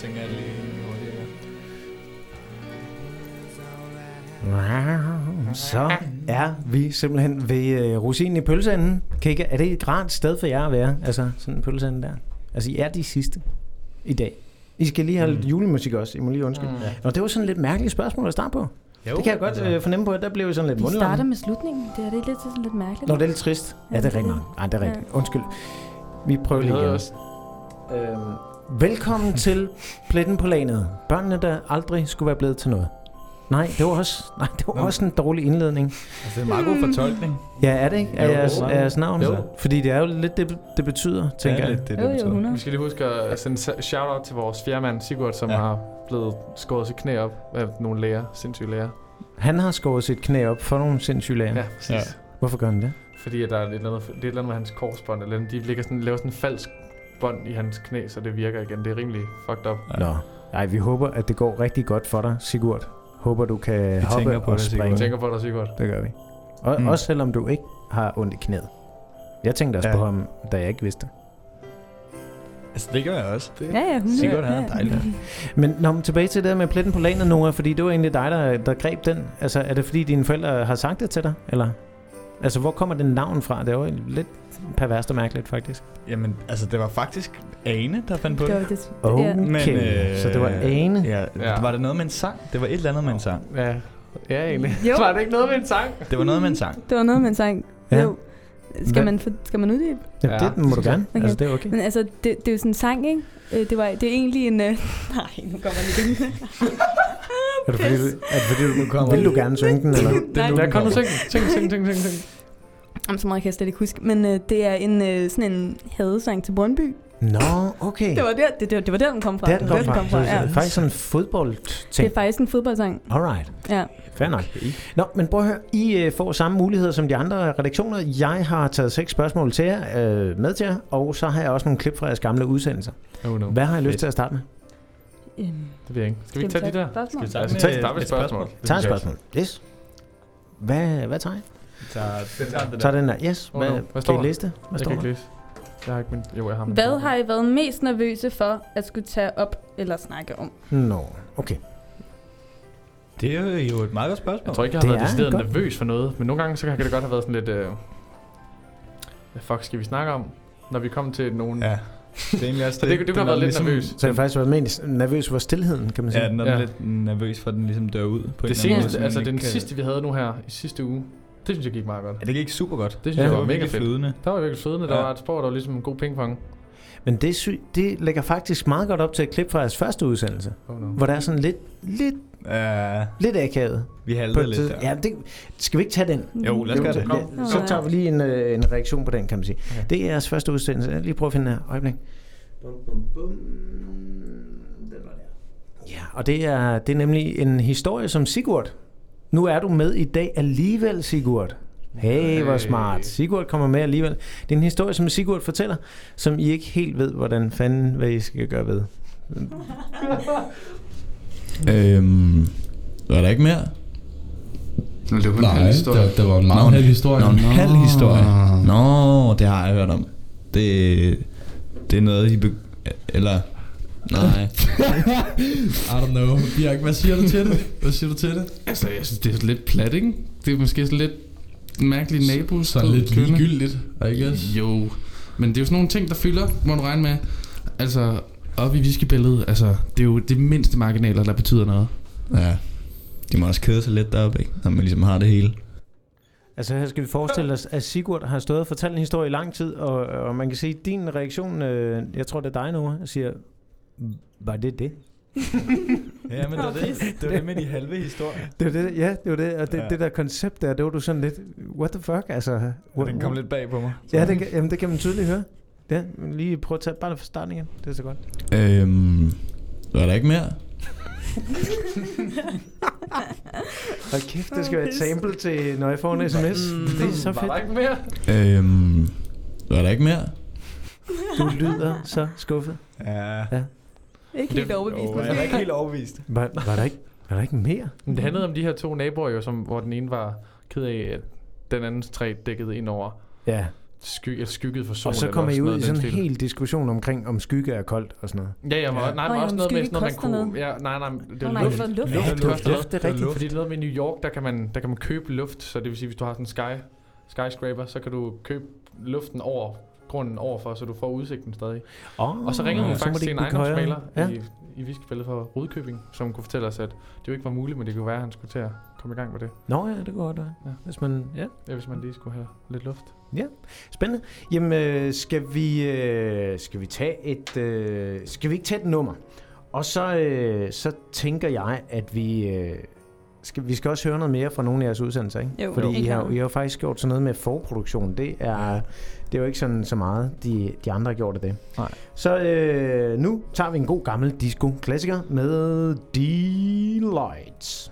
tænker jeg lige hurtigt. Så er vi simpelthen ved rosinen i pølseenden. Er det et rart sted for jer at være? Altså sådan en pølseende der. Altså I er de sidste i dag. I skal lige have lidt julemusik også. I må lige undskylde. Nå, det var sådan lidt mærkeligt spørgsmål at starte på. Jo, det kan jeg godt fornemme på, at der blev sådan lidt mundlam. Vi starter med slutningen. Det er lidt sådan lidt mærkeligt. Nå, det er lidt trist. Ja, det er rigtigt. Nej, det er rigtigt. Undskyld. Vi prøver lige igen. Velkommen til Pletten på Lanet. Børnene, der aldrig skulle være blevet til noget. Nej, det var også en dårlig indledning. Altså, det er en meget god fortolkning. Ja, er det ikke? Af jeres navn? Jo. Fordi det er jo lidt det betyder, tænker jeg. Det betyder. Vi skal lige huske at sende shout-out til vores fjerdemand, Sigurd, som har blevet skåret sit knæ op af nogle læger, sindssyge læger. Han har skåret sit knæ op for nogle sindssyge læger? Ja, præcis. Ja. Hvorfor gør han det? Fordi at der er et eller andet med hans korsbånd, eller de laver sådan en falsk bånd i hans knæ, så det virker igen. Det er rimelig fucked up. Nå. Nej, vi håber, at det går rigtig godt for dig, Sigurd. Håber, du kan hoppe og springe. Vi tænker på dig, Sigurd. Det gør vi. Også selvom du ikke har ondt i knæet. Jeg tænkte også på ham, da jeg ikke vidste. Altså, det gør jeg også. Ja, Sigurd er dejligt. Men tilbage til det der med Pletten på Lanet, Nora, fordi det var egentlig dig, der greb den. Altså, er det fordi dine forældre har sagt det til dig, eller? Altså, hvor kommer den navn fra? Det er jo lidt perverst og mærkeligt, faktisk. Jamen, altså, det var faktisk Ane, der fandt på det. Okay, men, så det var Ane? Ja. Var det noget med en sang? Det var et eller andet med en sang. Ja, egentlig. Jo. Var det ikke noget med en sang? Det var noget med en sang. Det var noget med en sang. Ja. Jo. Skal man uddybe? Ja, det må du gerne. Okay. Altså, det er okay. Men altså, det er jo sådan en sang, ikke? Det er egentlig en... nej, nu kommer den igen. Er det fordi, vil du gerne synge den, eller? Nej, kom nu, syng. Jamen, så meget kan jeg slet ikke huske. Men det er sådan en hadesang til Brøndby. Nå, okay. Det var der, den kom fra. Det er faktisk sådan en fodboldting. Det er faktisk en fodboldsang. Alright. Ja. Fair nok. Nå, men prøv at høre. I får samme muligheder som de andre redaktioner. Jeg har taget 6 spørgsmål til jer, med til jer, og så har jeg også nogle klip fra jeres gamle udsendelser. Hvad har I lyst til at starte med? Det ved jeg ikke. Skal vi ikke tage de der? Skal vi tage et spørgsmål? Tag et spørgsmål. Yes. Hvad tager I? Tag den der. Yes. Hvad står der? Kan I læse det? Hvad står der? Jeg har ikke jeg har Hvad har I været mest nervøse for at skulle tage op eller snakke om? Nå, okay. Det er jo et meget godt spørgsmål. Jeg tror ikke, jeg har været decideret nervøs for noget, men nogle gange så kan det godt have været sådan lidt... hvad fuck skal vi snakke om, når vi kommer til nogen... Ja. Det er egentlig også så det kunne have været lidt nervøs. Så jeg faktisk været mest nervøs for stilheden, kan man sige. Ja, den er lidt nervøs for, at den ligesom dør ud. På det seneste, altså den sidste, vi havde nu her i sidste uge, det synes jeg gik meget godt. Ja, det gik super godt. Det synes jeg var mega flydende. Der var virkelig flydende. Der var et sport, der var ligesom en god pingpong. Men det lægger faktisk meget godt op til et klip fra jeres første udsendelse. Hvor der er sådan lidt akavet. Vi halvede lidt der. Ja, skal vi ikke tage den? Jo, lad os gøre det. Så tager vi lige en reaktion på den, kan man sige. Okay. Det er jeres første udsendelse. Jeg lige prøve at finde her. Øjeblik. Den var der. Ja, og det er nemlig en historie som Sigurd. Nu er du med i dag alligevel, Sigurd. Hey, hvor smart. Sigurd kommer med alligevel. Det er en historie, som Sigurd fortæller, som I ikke helt ved, hvad I skal gøre ved. Var der ikke mere? Nå, det var en halv historie. Der var en meget halv historie. En halv historie. Nå, det har jeg hørt om. Det er noget, eller... Nej. I don't know. Bjerg, hvad siger du til det? Altså, jeg synes, det er lidt plat, ikke? Det er måske sådan lidt mærkeligt nabo. Så lidt ligegyldigt, I guess. Jo, men det er jo sådan nogle ting, der fylder, må du regne med. Altså, oppe i whiskybilledet, altså, det er jo det mindste marginaler, der betyder noget. Ja, de må også kede sig lidt deroppe, ikke? Når man ligesom har det hele. Altså her skal vi forestille os, at Sigurd har stået og fortalt en historie i lang tid, og man kan sige, at din reaktion, jeg tror det er dig nu, siger, var det? Ja, men det var det med de halve historier. Det var det, og det der koncept der, det var du sådan lidt, what the fuck, altså. Den kom lidt bag på mig. Ja, det kan man tydeligt høre. Ja, lige prøv at tage bare fra starten igen, det er så godt. Var der ikke mere? Og kæft, det skal være et sample til, når jeg får en sms. Det er så fedt. Var der ikke mere? Var der ikke mere? Du lyder så skuffet. Ja. Ikke helt overbevist. Jeg er ikke helt overbevist. Var der ikke mere? Men det handlede om de her 2 naboer, jo, hvor den ene var ked af, at den andens træ dækkede ind over. Ja. skygget for solen. Og så kommer I ud i sådan en hel diskussion omkring, om skygge er koldt og sådan noget. Ja, men også noget med sådan noget, man kunne... Ja, nej, det er luft. Det er rigtigt. Fordi det er noget med New York, der kan man købe luft. Så det vil sige, hvis du har sådan en skyscraper, så kan du købe luften over grunden overfor, så du får udsigten stadig. Og så ringede hun faktisk til en ejendomsmaler i Viskebæltet for Rudkøbing, som kunne fortælle os, at det jo ikke var muligt, men det kunne være, at han skulle til at komme i gang med det. Nå ja, det går godt. Ja. Hvis man lige skulle have lidt luft. Ja, spændende. Jamen, skal vi tage skal vi ikke tage et nummer? Og så tænker jeg, at vi skal også høre noget mere fra nogle af jeres udsendelser, ikke? Jo, fordi I har jo faktisk gjort sådan noget med forproduktion. Det er jo ikke sådan så meget, de andre har gjort det. Nej. Så nu tager vi en god gammel disco-klassiker med Delights.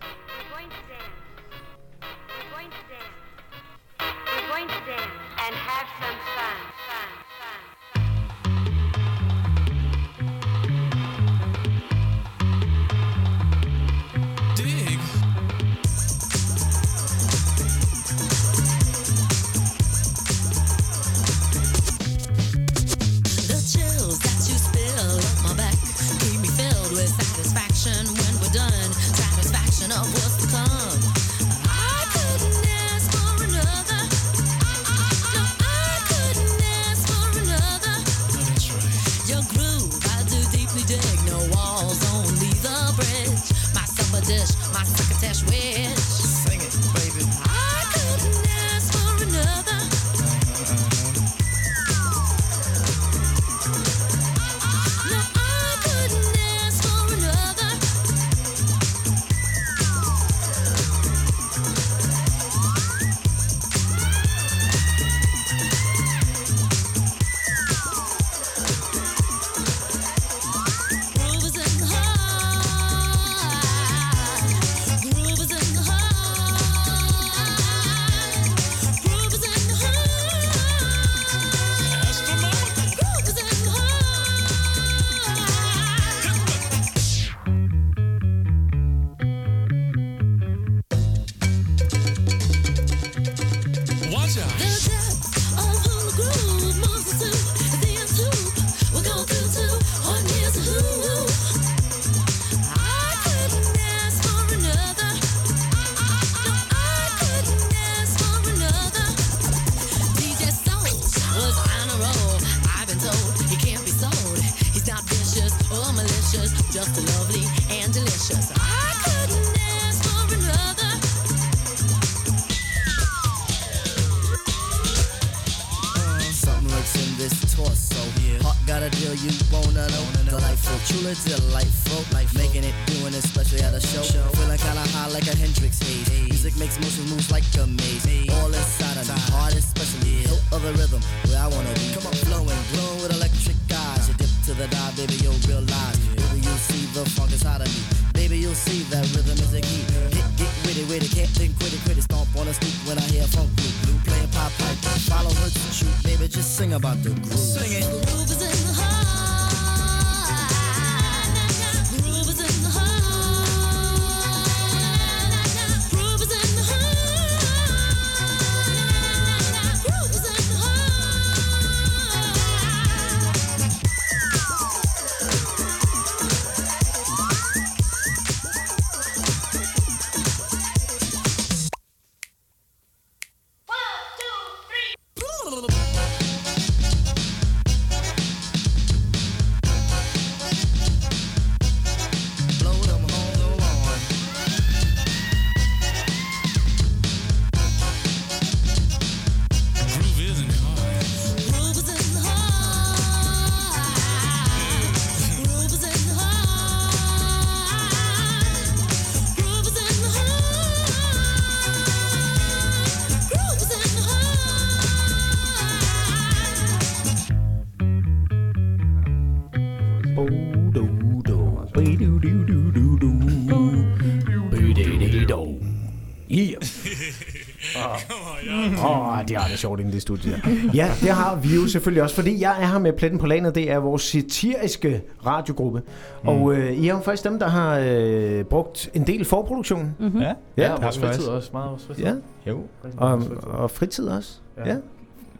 Det er sjovt inde i det studie. Ja, det har vi jo selvfølgelig også, fordi jeg er her med Pletten på Landet. Det er vores satiriske radiogruppe. Og I er jo faktisk dem, der har brugt en del forproduktion. Ja, vores fritid også. Meget vores fritid. Ja, jo. Og fritid også. Ja.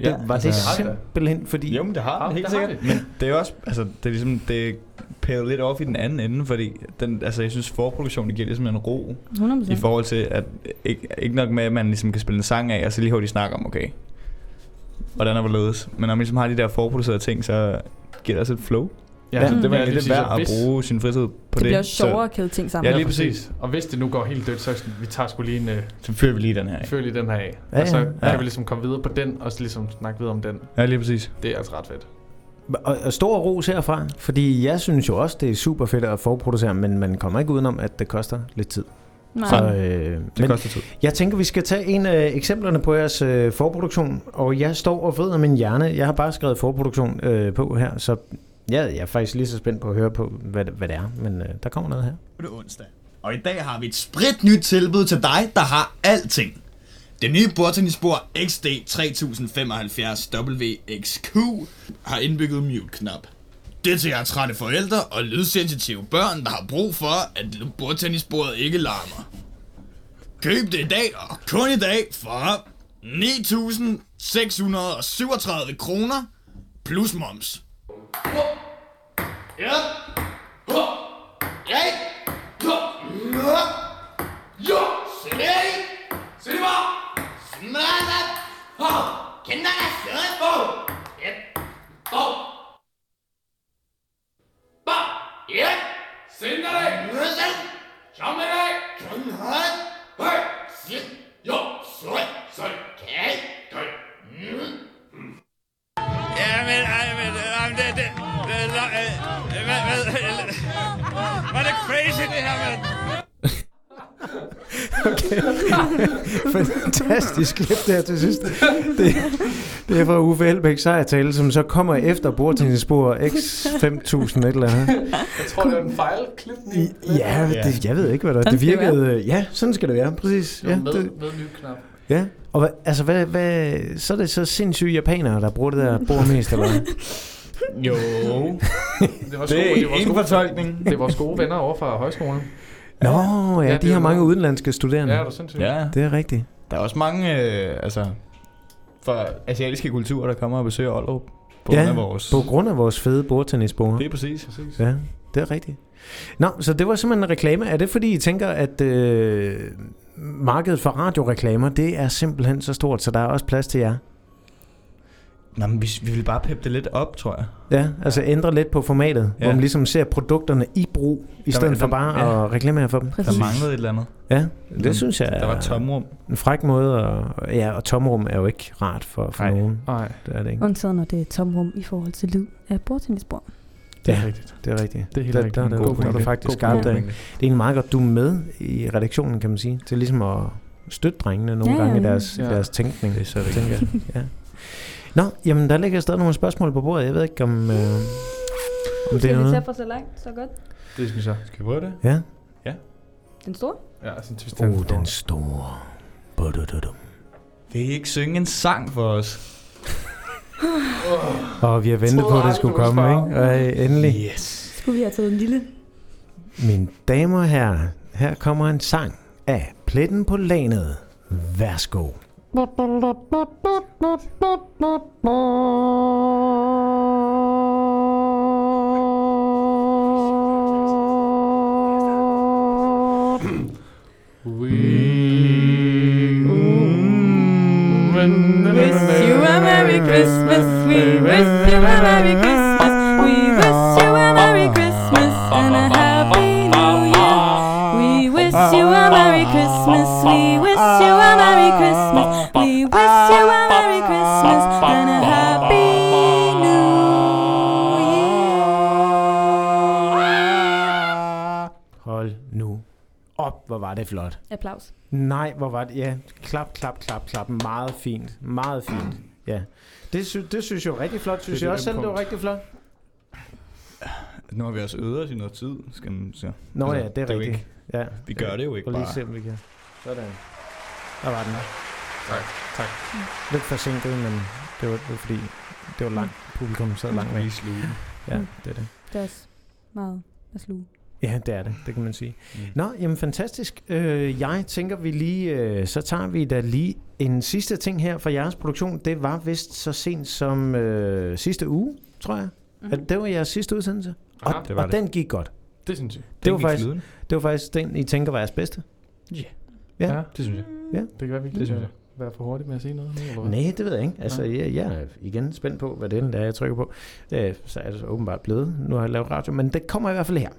Ja, var det simpelthen fordi... Jo, men det har det helt sikkert. Men det er også, altså, det er ligesom, det pærer lidt off i den anden ende, fordi den, altså, jeg synes, forproduktionen giver ligesom en ro 100%. i forhold til, at ikke nok med, at man ligesom kan spille en sang af, og så lige hurtigt snakke om, okay, hvordan er hvorledes. Men når man ligesom har de der forproducerede ting, så giver det også et flow. Ja, så det var lidt værd at bruge sin fritid på det. Det bliver sjovere at kæde ting sammen. Ja, lige præcis. Og hvis det nu går helt dødt, så vi tager sgu lige en... Så fører vi lige den her af. Fører lige den her af. Og så kan vi ligesom komme videre på den, og så ligesom snakke videre om den. Ja, lige præcis. Det er altså ret fedt. Og stor ros herfra, fordi jeg synes jo også, det er super fedt at forproducere, men man kommer ikke udenom, at det koster lidt tid. Nej. Så, det koster tid. Jeg tænker, vi skal tage en af eksemplerne på jeres forproduktion, og jeg står og vrider min hjerne. Jeg har bare skrevet forproduktion på her, så jeg er faktisk lige så spændt på at høre på, hvad det er, men der kommer noget her. Det er onsdag, og i dag har vi et spritnyt tilbud til dig, der har alting. Det nye bordtennisbord XD 3075 WXQ har indbygget mute-knap. Det er til jer trætte forældre og lydsensitive børn, der har brug for, at bordtennisbordet ikke larmer. Køb det i dag, og kun i dag, for 9.637 kroner plus moms. Ja. Var det crazy, det her, mand? Okay. Fantastisk klip der til sidst. Det er fra Uffe Elbæk sejrtale, som så kommer efter bordtennisbord X5000 et eller andet. Jeg tror, det var en fejlklipning. Ja, jeg ved ikke, hvad der det virkede. Ja, sådan skal det være, præcis. Ja, med ny knap. Ja, og hvad, så er det så sindssyge japanere, der bruger det der bord mest, eller hvad? Jo. Det er en fortolkning. Det er vores gode venner over fra højskolen. Nå, ja, de har mange udenlandske studerende. Ja, det er sindssygt. Ja. Det er rigtigt. Der er også mange fra asiatiske kulturer, der kommer og besøger Ollerup. På grund af vores fede bordtennisbord. Det er præcis. Ja, det er rigtigt. Nå, så det var simpelthen en reklame. Er det fordi I tænker, at markedet for radioreklamer, det er simpelthen så stort, så der er også plads til jer? Nå, men vi vil bare peppe det lidt op, tror jeg. Ja, altså ændre lidt på formatet, hvor man ligesom ser produkterne i brug, i stedet for bare at reklamere for dem. Præcis. Der manglede et eller andet. Ja, det synes jeg der var et tomrum. En fræk måde, og tomrum er jo ikke rart for nogen. Nej, det er det ikke. Undtagen når det er tomrum i forhold til lyd af bordtennisbord. Det er rigtigt. Det er rigtigt. Det er helt rigtigt. Der er faktisk skarpt. Det er egentlig meget godt, du er med i redaktionen, kan man sige, til ligesom at støtte drengene nogle gange i deres tænkning. Det er så rigtigt. Ja. Nå, jamen der ligger stadig nogle spørgsmål på bordet. Jeg ved ikke om det er noget. Skal vi tage for så langt, så godt? Det synes jeg. Skal vi prøve det? Ja. Ja. Den store? Ja, sådan den store. Vil I ikke synge en sang for os? Og vi har ventet på, at det skulle komme, ikke? Og endelig. Yes. Skulle vi have taget en lille? Mine damer og herrer, her kommer en sang af Pletten på Lanet. Værsgo. Wish you a Merry Christmas. We wish you a Merry Christmas. We wish you a Merry Christmas and a Happy New Year. We wish you a Merry Christmas. We wish you a Merry Christmas. We wish you a Merry Christmas and a Happy New Year. Hold nu op, hvor var det flot. Applaus. Nej, hvor var det, ja, klap, meget fint, ja. Det synes jeg var rigtig flot, synes jeg også selv, det var rigtig flot. Nu har vi også øvet os i noget tid, skal man sige. Nå altså, ja, det er rigtigt. Ja. Vi gør det jo ikke bare. Lige se, om vi kan. Sådan. Der var den. Tak. Lidt forsinket, men det var fordi, det var langt. Publikum sad langt væk. Sluge. Ja, det er det. Det er også meget at sluge. Ja, det er det. Det kan man sige. Nå, jamen fantastisk. Jeg tænker, vi lige... så tager vi da lige en sidste ting her fra jeres produktion. Det var vist så sent som sidste uge, tror jeg. Mm-hmm. Det var jeres sidste udsendelse. Aha, det var og den gik godt. Det synes jeg. Det var faktisk den, I tænker var jeres bedste? Yeah. Ja. Ja, det synes jeg. Ja. Det kan være, vi det synes jeg. Være for hurtigt med at sige noget nu, eller hvad? Nej, det ved jeg ikke. Altså, jeg er igen spændt på, hvad det er, jeg trykker på. Så er det så åbenbart blevet. Nu har jeg lavet radio, men det kommer i hvert fald her.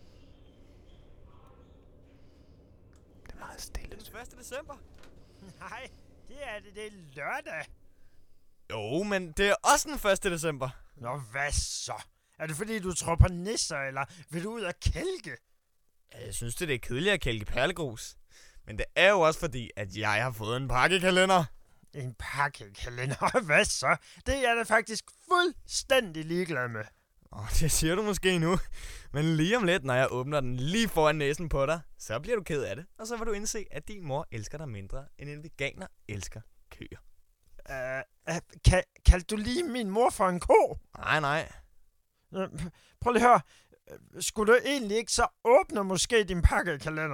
Det er meget stille. Den 1. december? Nej, det er lørdag. Jo, men det er også den 1. december. Nå, hvad så? Er det fordi, du tror på nisser, eller vil du ud og kælke? Jeg synes, det er kedeligt at kælke perlegrus. Men det er jo også fordi, at jeg har fået en pakkekalender. En pakkekalender? Hvad så? Det er jeg da faktisk fuldstændig ligeglad med. Det siger du måske nu. Men lige om lidt, når jeg åbner den lige foran næsen på dig, så bliver du ked af det. Og så vil du indse, at din mor elsker dig mindre, end en veganer elsker køer. Kaldte du lige min mor for en ko? Nej. Prøv lige at høre. Skulle du egentlig ikke så åbne måske din pakkekalender?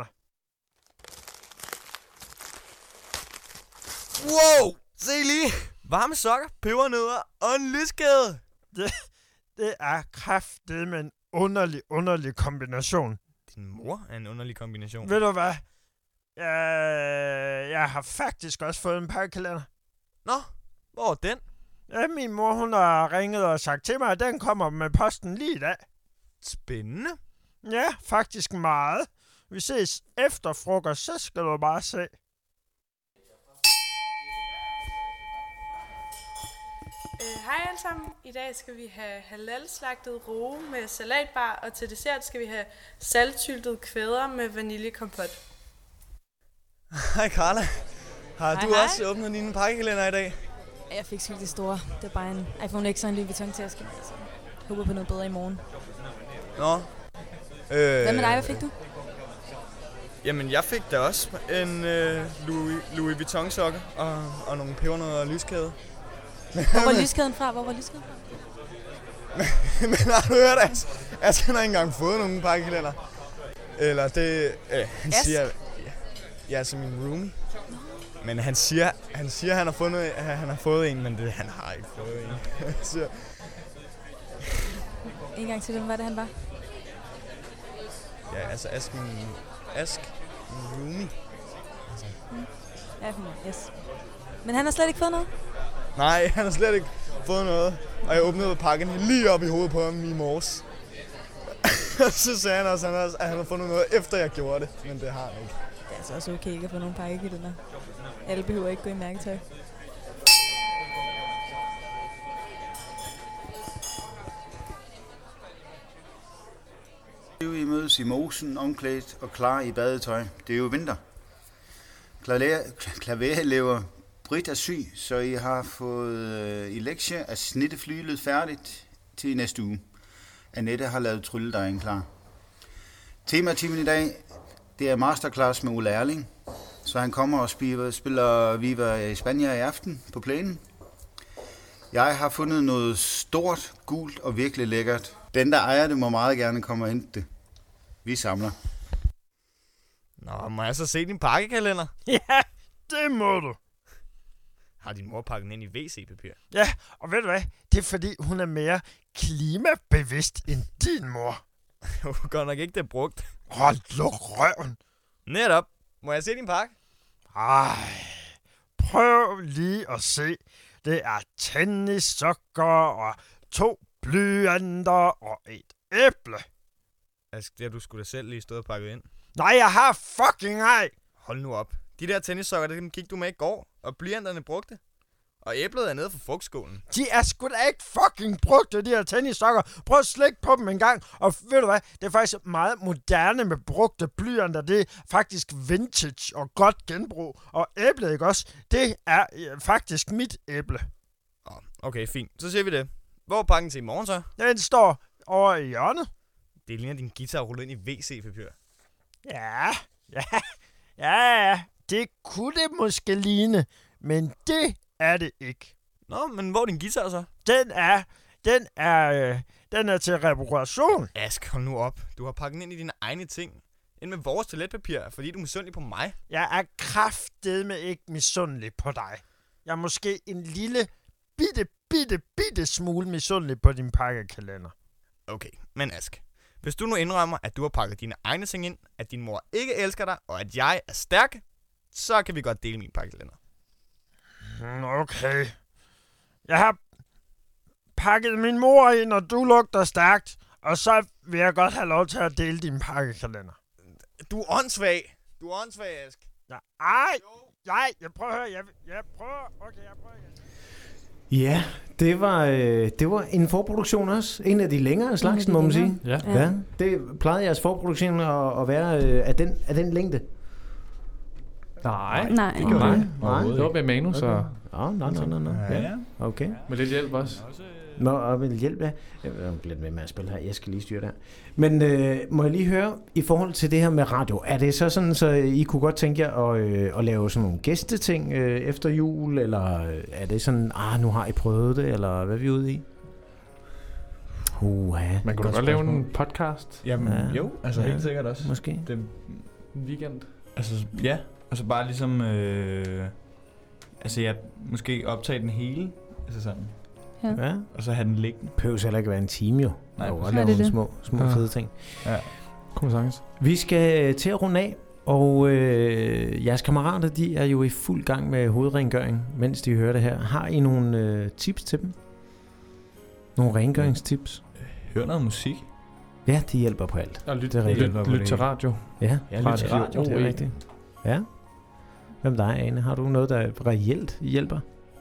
Wow! Se lige! Varme sokker, pebernødder og en lyskæde. Det er kraftedeme en underlig kombination. Din mor er en underlig kombination. Ved du hvad? Jeg har faktisk også fået en pakkekalender. Nå, hvor er den? Ja, min mor hun har ringet og sagt til mig, at den kommer med posten lige i dag. Spændende. Ja, faktisk meget. Vi ses efter frokost, så skal du bare se. Hej alle sammen. I dag skal vi have halal-slagtet roe med salatbar, og til dessert skal vi have saltsyltet kvæder med vaniljekompot. Hej Carla. Har du også åbnet dine pakkekalender i dag? Jeg fik sgu det store. Det er bare en iPhone X og en Louis Vuitton-taske. Altså, jeg håber på noget bedre i morgen. Nå. Hvad med dig? Hvad fik du? Jamen, jeg fik da også en Louis Vuitton-sokke og nogle pebernødder og lyskæde. Hvor var lyskæden fra? Men har du hørt, at han har ikke engang fået nogen pakkekalender? Eller det... han siger... Ja, som min roomie. Men han siger, han har fået en, men han har ikke fået en. Så... En gang til, hvem var det, han var? Ja, altså Ask, min roomie. Altså. Ja, yes. Men han har slet ikke fået noget? Nej, han har slet ikke fået noget. Og jeg åbnede pakken lige op i hovedet på ham i morges. Så sagde han også, at han har fundet noget, efter jeg gjorde det. Men det har han ikke. Det er altså også okay ikke at få nogle pakkekalender. Alle behøver ikke gå i mærketøj. Vi mødes i mosen, omklædt og klar i badetøj. Det er jo vinter. Klaverelever Britt er syg, så I har fået i lektie at snitte flylet færdigt til næste uge. Annette har lavet trylledejen klar. Tematimen i dag, det er masterclass med Ole Erling. Så han kommer og spiller Viva i Spanien i aften på plænen. Jeg har fundet noget stort, gult og virkelig lækkert. Den, der ejer det, må meget gerne komme og hente det. Vi samler. Nå, må jeg så se din pakkekalender? Ja, det må du. Har din mor pakket den ind i WC-papir? Ja, og ved du hvad? Det er fordi, hun er mere klimabevidst end din mor. Jo, godt nok ikke det brugt. Hold luk røven. Netop. Må jeg se din pakke? Ej, prøv lige at se. Det er tennissokker og 2 blyanter og et æble. Ask, det har du sgu da selv lige stået og pakket ind. Nej, jeg har fucking ej. Hold nu op. De der tennissokker, dem gik du med i går, og blyanterne brugte. Og æblet er nede for frugtskålen. De er sgu da ikke fucking brugte, de her tennissokker. Prøv at slække på dem en gang. Og ved du hvad, det er faktisk meget moderne med brugte blyanter. Det er faktisk vintage og godt genbrug. Og æblet, ikke også? Det er faktisk mit æble. Okay, fint. Så ser vi det. Hvor er pakken til i morgen så? Den står over i hjørnet. Det ligner din guitar rullet ind i WC-papir. Ja, det kunne det måske ligne, men det er det ikke. Nå, men hvor er din guitar så? Den er Den er til reparation. Ask, hold nu op. Du har pakket ind i dine egne ting. Ind med vores toiletpapir, fordi du er misundelig på mig. Jeg er kraftedme ikke misundelig på dig. Jeg er måske en lille, bitte smule misundelig på din pakkekalender. Okay, men Ask. Hvis du nu indrømmer, at du har pakket dine egne ting ind, at din mor ikke elsker dig, og at jeg er stærk, så kan vi godt dele min pakkekalender. Okay. Jeg har pakket min mor ind, og du lugter stærkt, og så vil jeg godt have lov til at dele din pakkekalender. Du er åndssvag. Ask. Jeg prøver at høre. Jeg prøver. Okay, jeg prøver igen. Ja, det var en forproduktion også. En af de længere slags, må man sige. Ja. Det plejede jeres forproduktion at være af den længde. Nej. Det gjorde det. Nej. Det var med manus og... Nå. Ja. Okay. Med lidt hjælp også. Nå, og med lidt hjælp, ja. Jeg er lidt med at spille her. Jeg skal lige styre der. Men må jeg lige høre, i forhold til det her med radio, er det så sådan, så I kunne godt tænke jer at lave sådan nogle gæsteting efter jul, eller er det sådan, nu har I prøvet det, eller hvad er vi ude i? Man kunne da godt lave en podcast. Jamen, jo, altså helt sikkert også. Måske. En weekend. Altså, ja. Altså bare ligesom, måske optage den hele, altså sådan. Ja. Og så have den liggende. Behøver heller ikke være en time jo. Nej, og lave nogle små fede ting. Ja. Kom sagtens. Vi skal til at runde af, og jeres kammerater, de er jo i fuld gang med hovedrengøring, mens de hører det her. Har I nogle tips til dem? Nogle rengøringstips? Hør noget musik. Ja, de hjælper på alt. Og lyt til radio. Ja, lyt til radio. Det er rigtigt. Ja. Hvem dig, Ane? Har du noget, der reelt hjælper?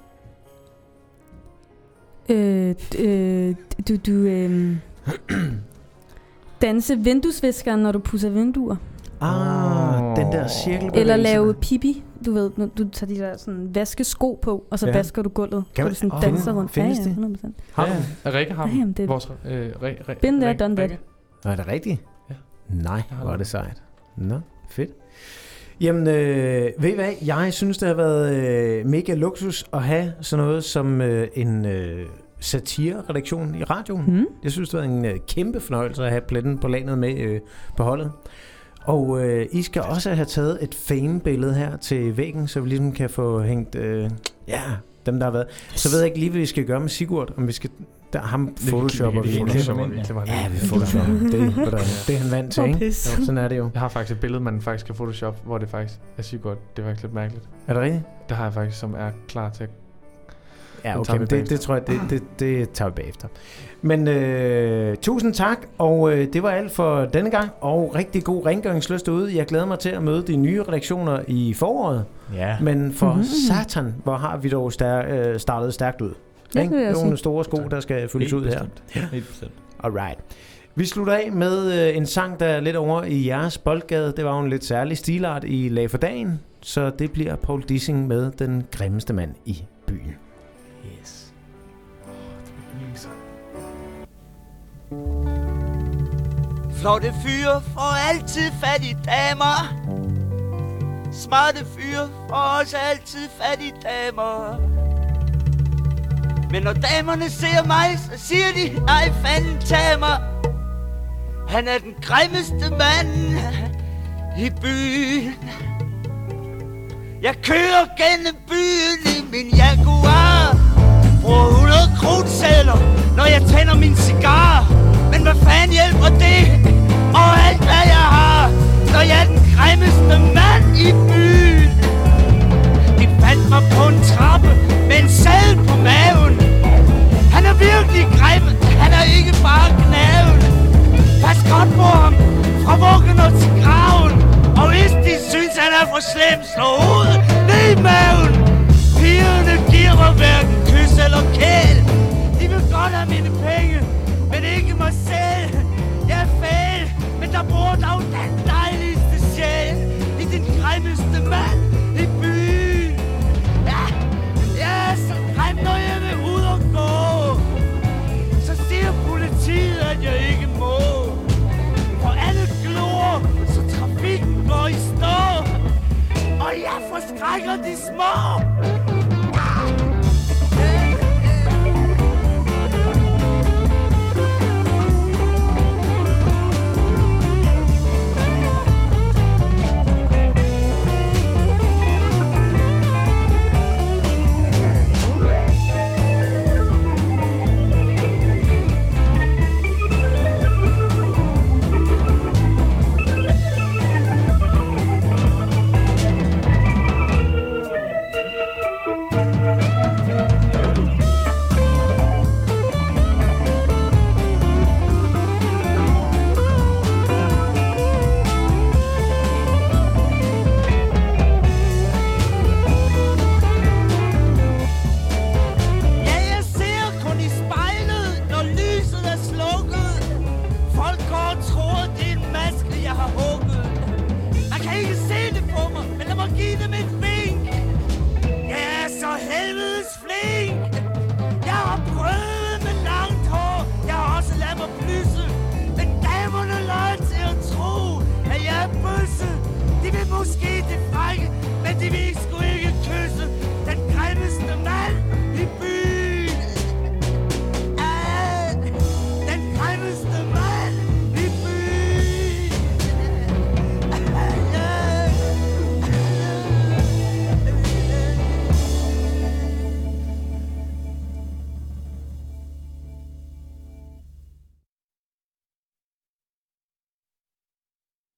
Danse vinduesviskeren, når du pudser vinduer. Den der cirkelbevægelse. Eller lave pipi. Du ved, når du tager de der sådan vaskesko på, og så vasker du gulvet. Kan man sådan danser rundt. Findes det? 100%. Har du? Rikke har dem. Vores Been there, done that. Nå, er det rigtigt? Ja. Nej, hvor er det sejt. Nå, fedt. Jamen, ved I hvad? Jeg synes, det har været mega luksus at have sådan noget som en satire-redaktion i radioen. Jeg synes, det var en kæmpe fornøjelse at have pletten på lanet med på holdet. Og I skal også have taget et fame-billede her til væggen, så vi ligesom kan få hængt, dem der har været. Så ved jeg ikke lige, hvad vi skal gøre med Sigurd, om vi skal... Der ham photoshopper vi. Ja, vi photoshopper. Det er han vant til, ikke? Sådan er det jo. Jeg har faktisk et billede, man faktisk kan photoshoppe, hvor det faktisk er Sigurd. Det er faktisk lidt mærkeligt. Er det rigtigt? Det har jeg faktisk, som er klar til. Ja, okay, men det tror jeg, det tager vi bagefter. Men tusind tak, og det var alt for denne gang, og rigtig god rengøringslyst derude. Jeg glæder mig til at møde de nye redaktioner i foråret. Ja. Men for satan, hvor har vi dog startet stærkt ud. Det er nogle store sko, der skal fyldes ud her. Helt bestemt. Alright. Vi slutter af med en sang, der er lidt over i jeres boldgade. Det var jo en lidt særlig stilart i Lag for dagen, så det bliver Paul Dissing med Den grimmeste mand i byen. Yes. Flotte fyre får altid fat i damer. Smarte fyre får også altid fat i damer. Men når damerne ser mig, så siger de, ej fanden tag mig. Han er den grimmeste mand i byen. Jeg kører gennem byen i min Jaguar. Bruger 100 krudtsedler, når jeg tænder min cigar. Men hvad fanden hjælper det? Og alt hvad jeg har, når jeg er den grimmeste mand i byen. De fandt mig på en trappe med en sadel på maven. Han er virkelig grim, han er ikke bare gnaven. Pas godt på ham, fra vuggen og til graven. Og hvis de synes han er for slem, slå hovedet ned i maven. Pigerne giver mig hverken kys eller kæl. De vil godt have mine penge, men ikke mig selv. Jeg er fæl, men der bor dog den dejligste sjæl i den grimmeste mand i byen. Ja, jeg er så grim, når jeg vil ud og gå. Så siger politiet, at jeg ikke må. For alle glor, så trafikken går i stå. Og jeg forskrækker de små. have bøsse. De vil måske det frække, men de vil sgu ikke kysse den grimmeste mand.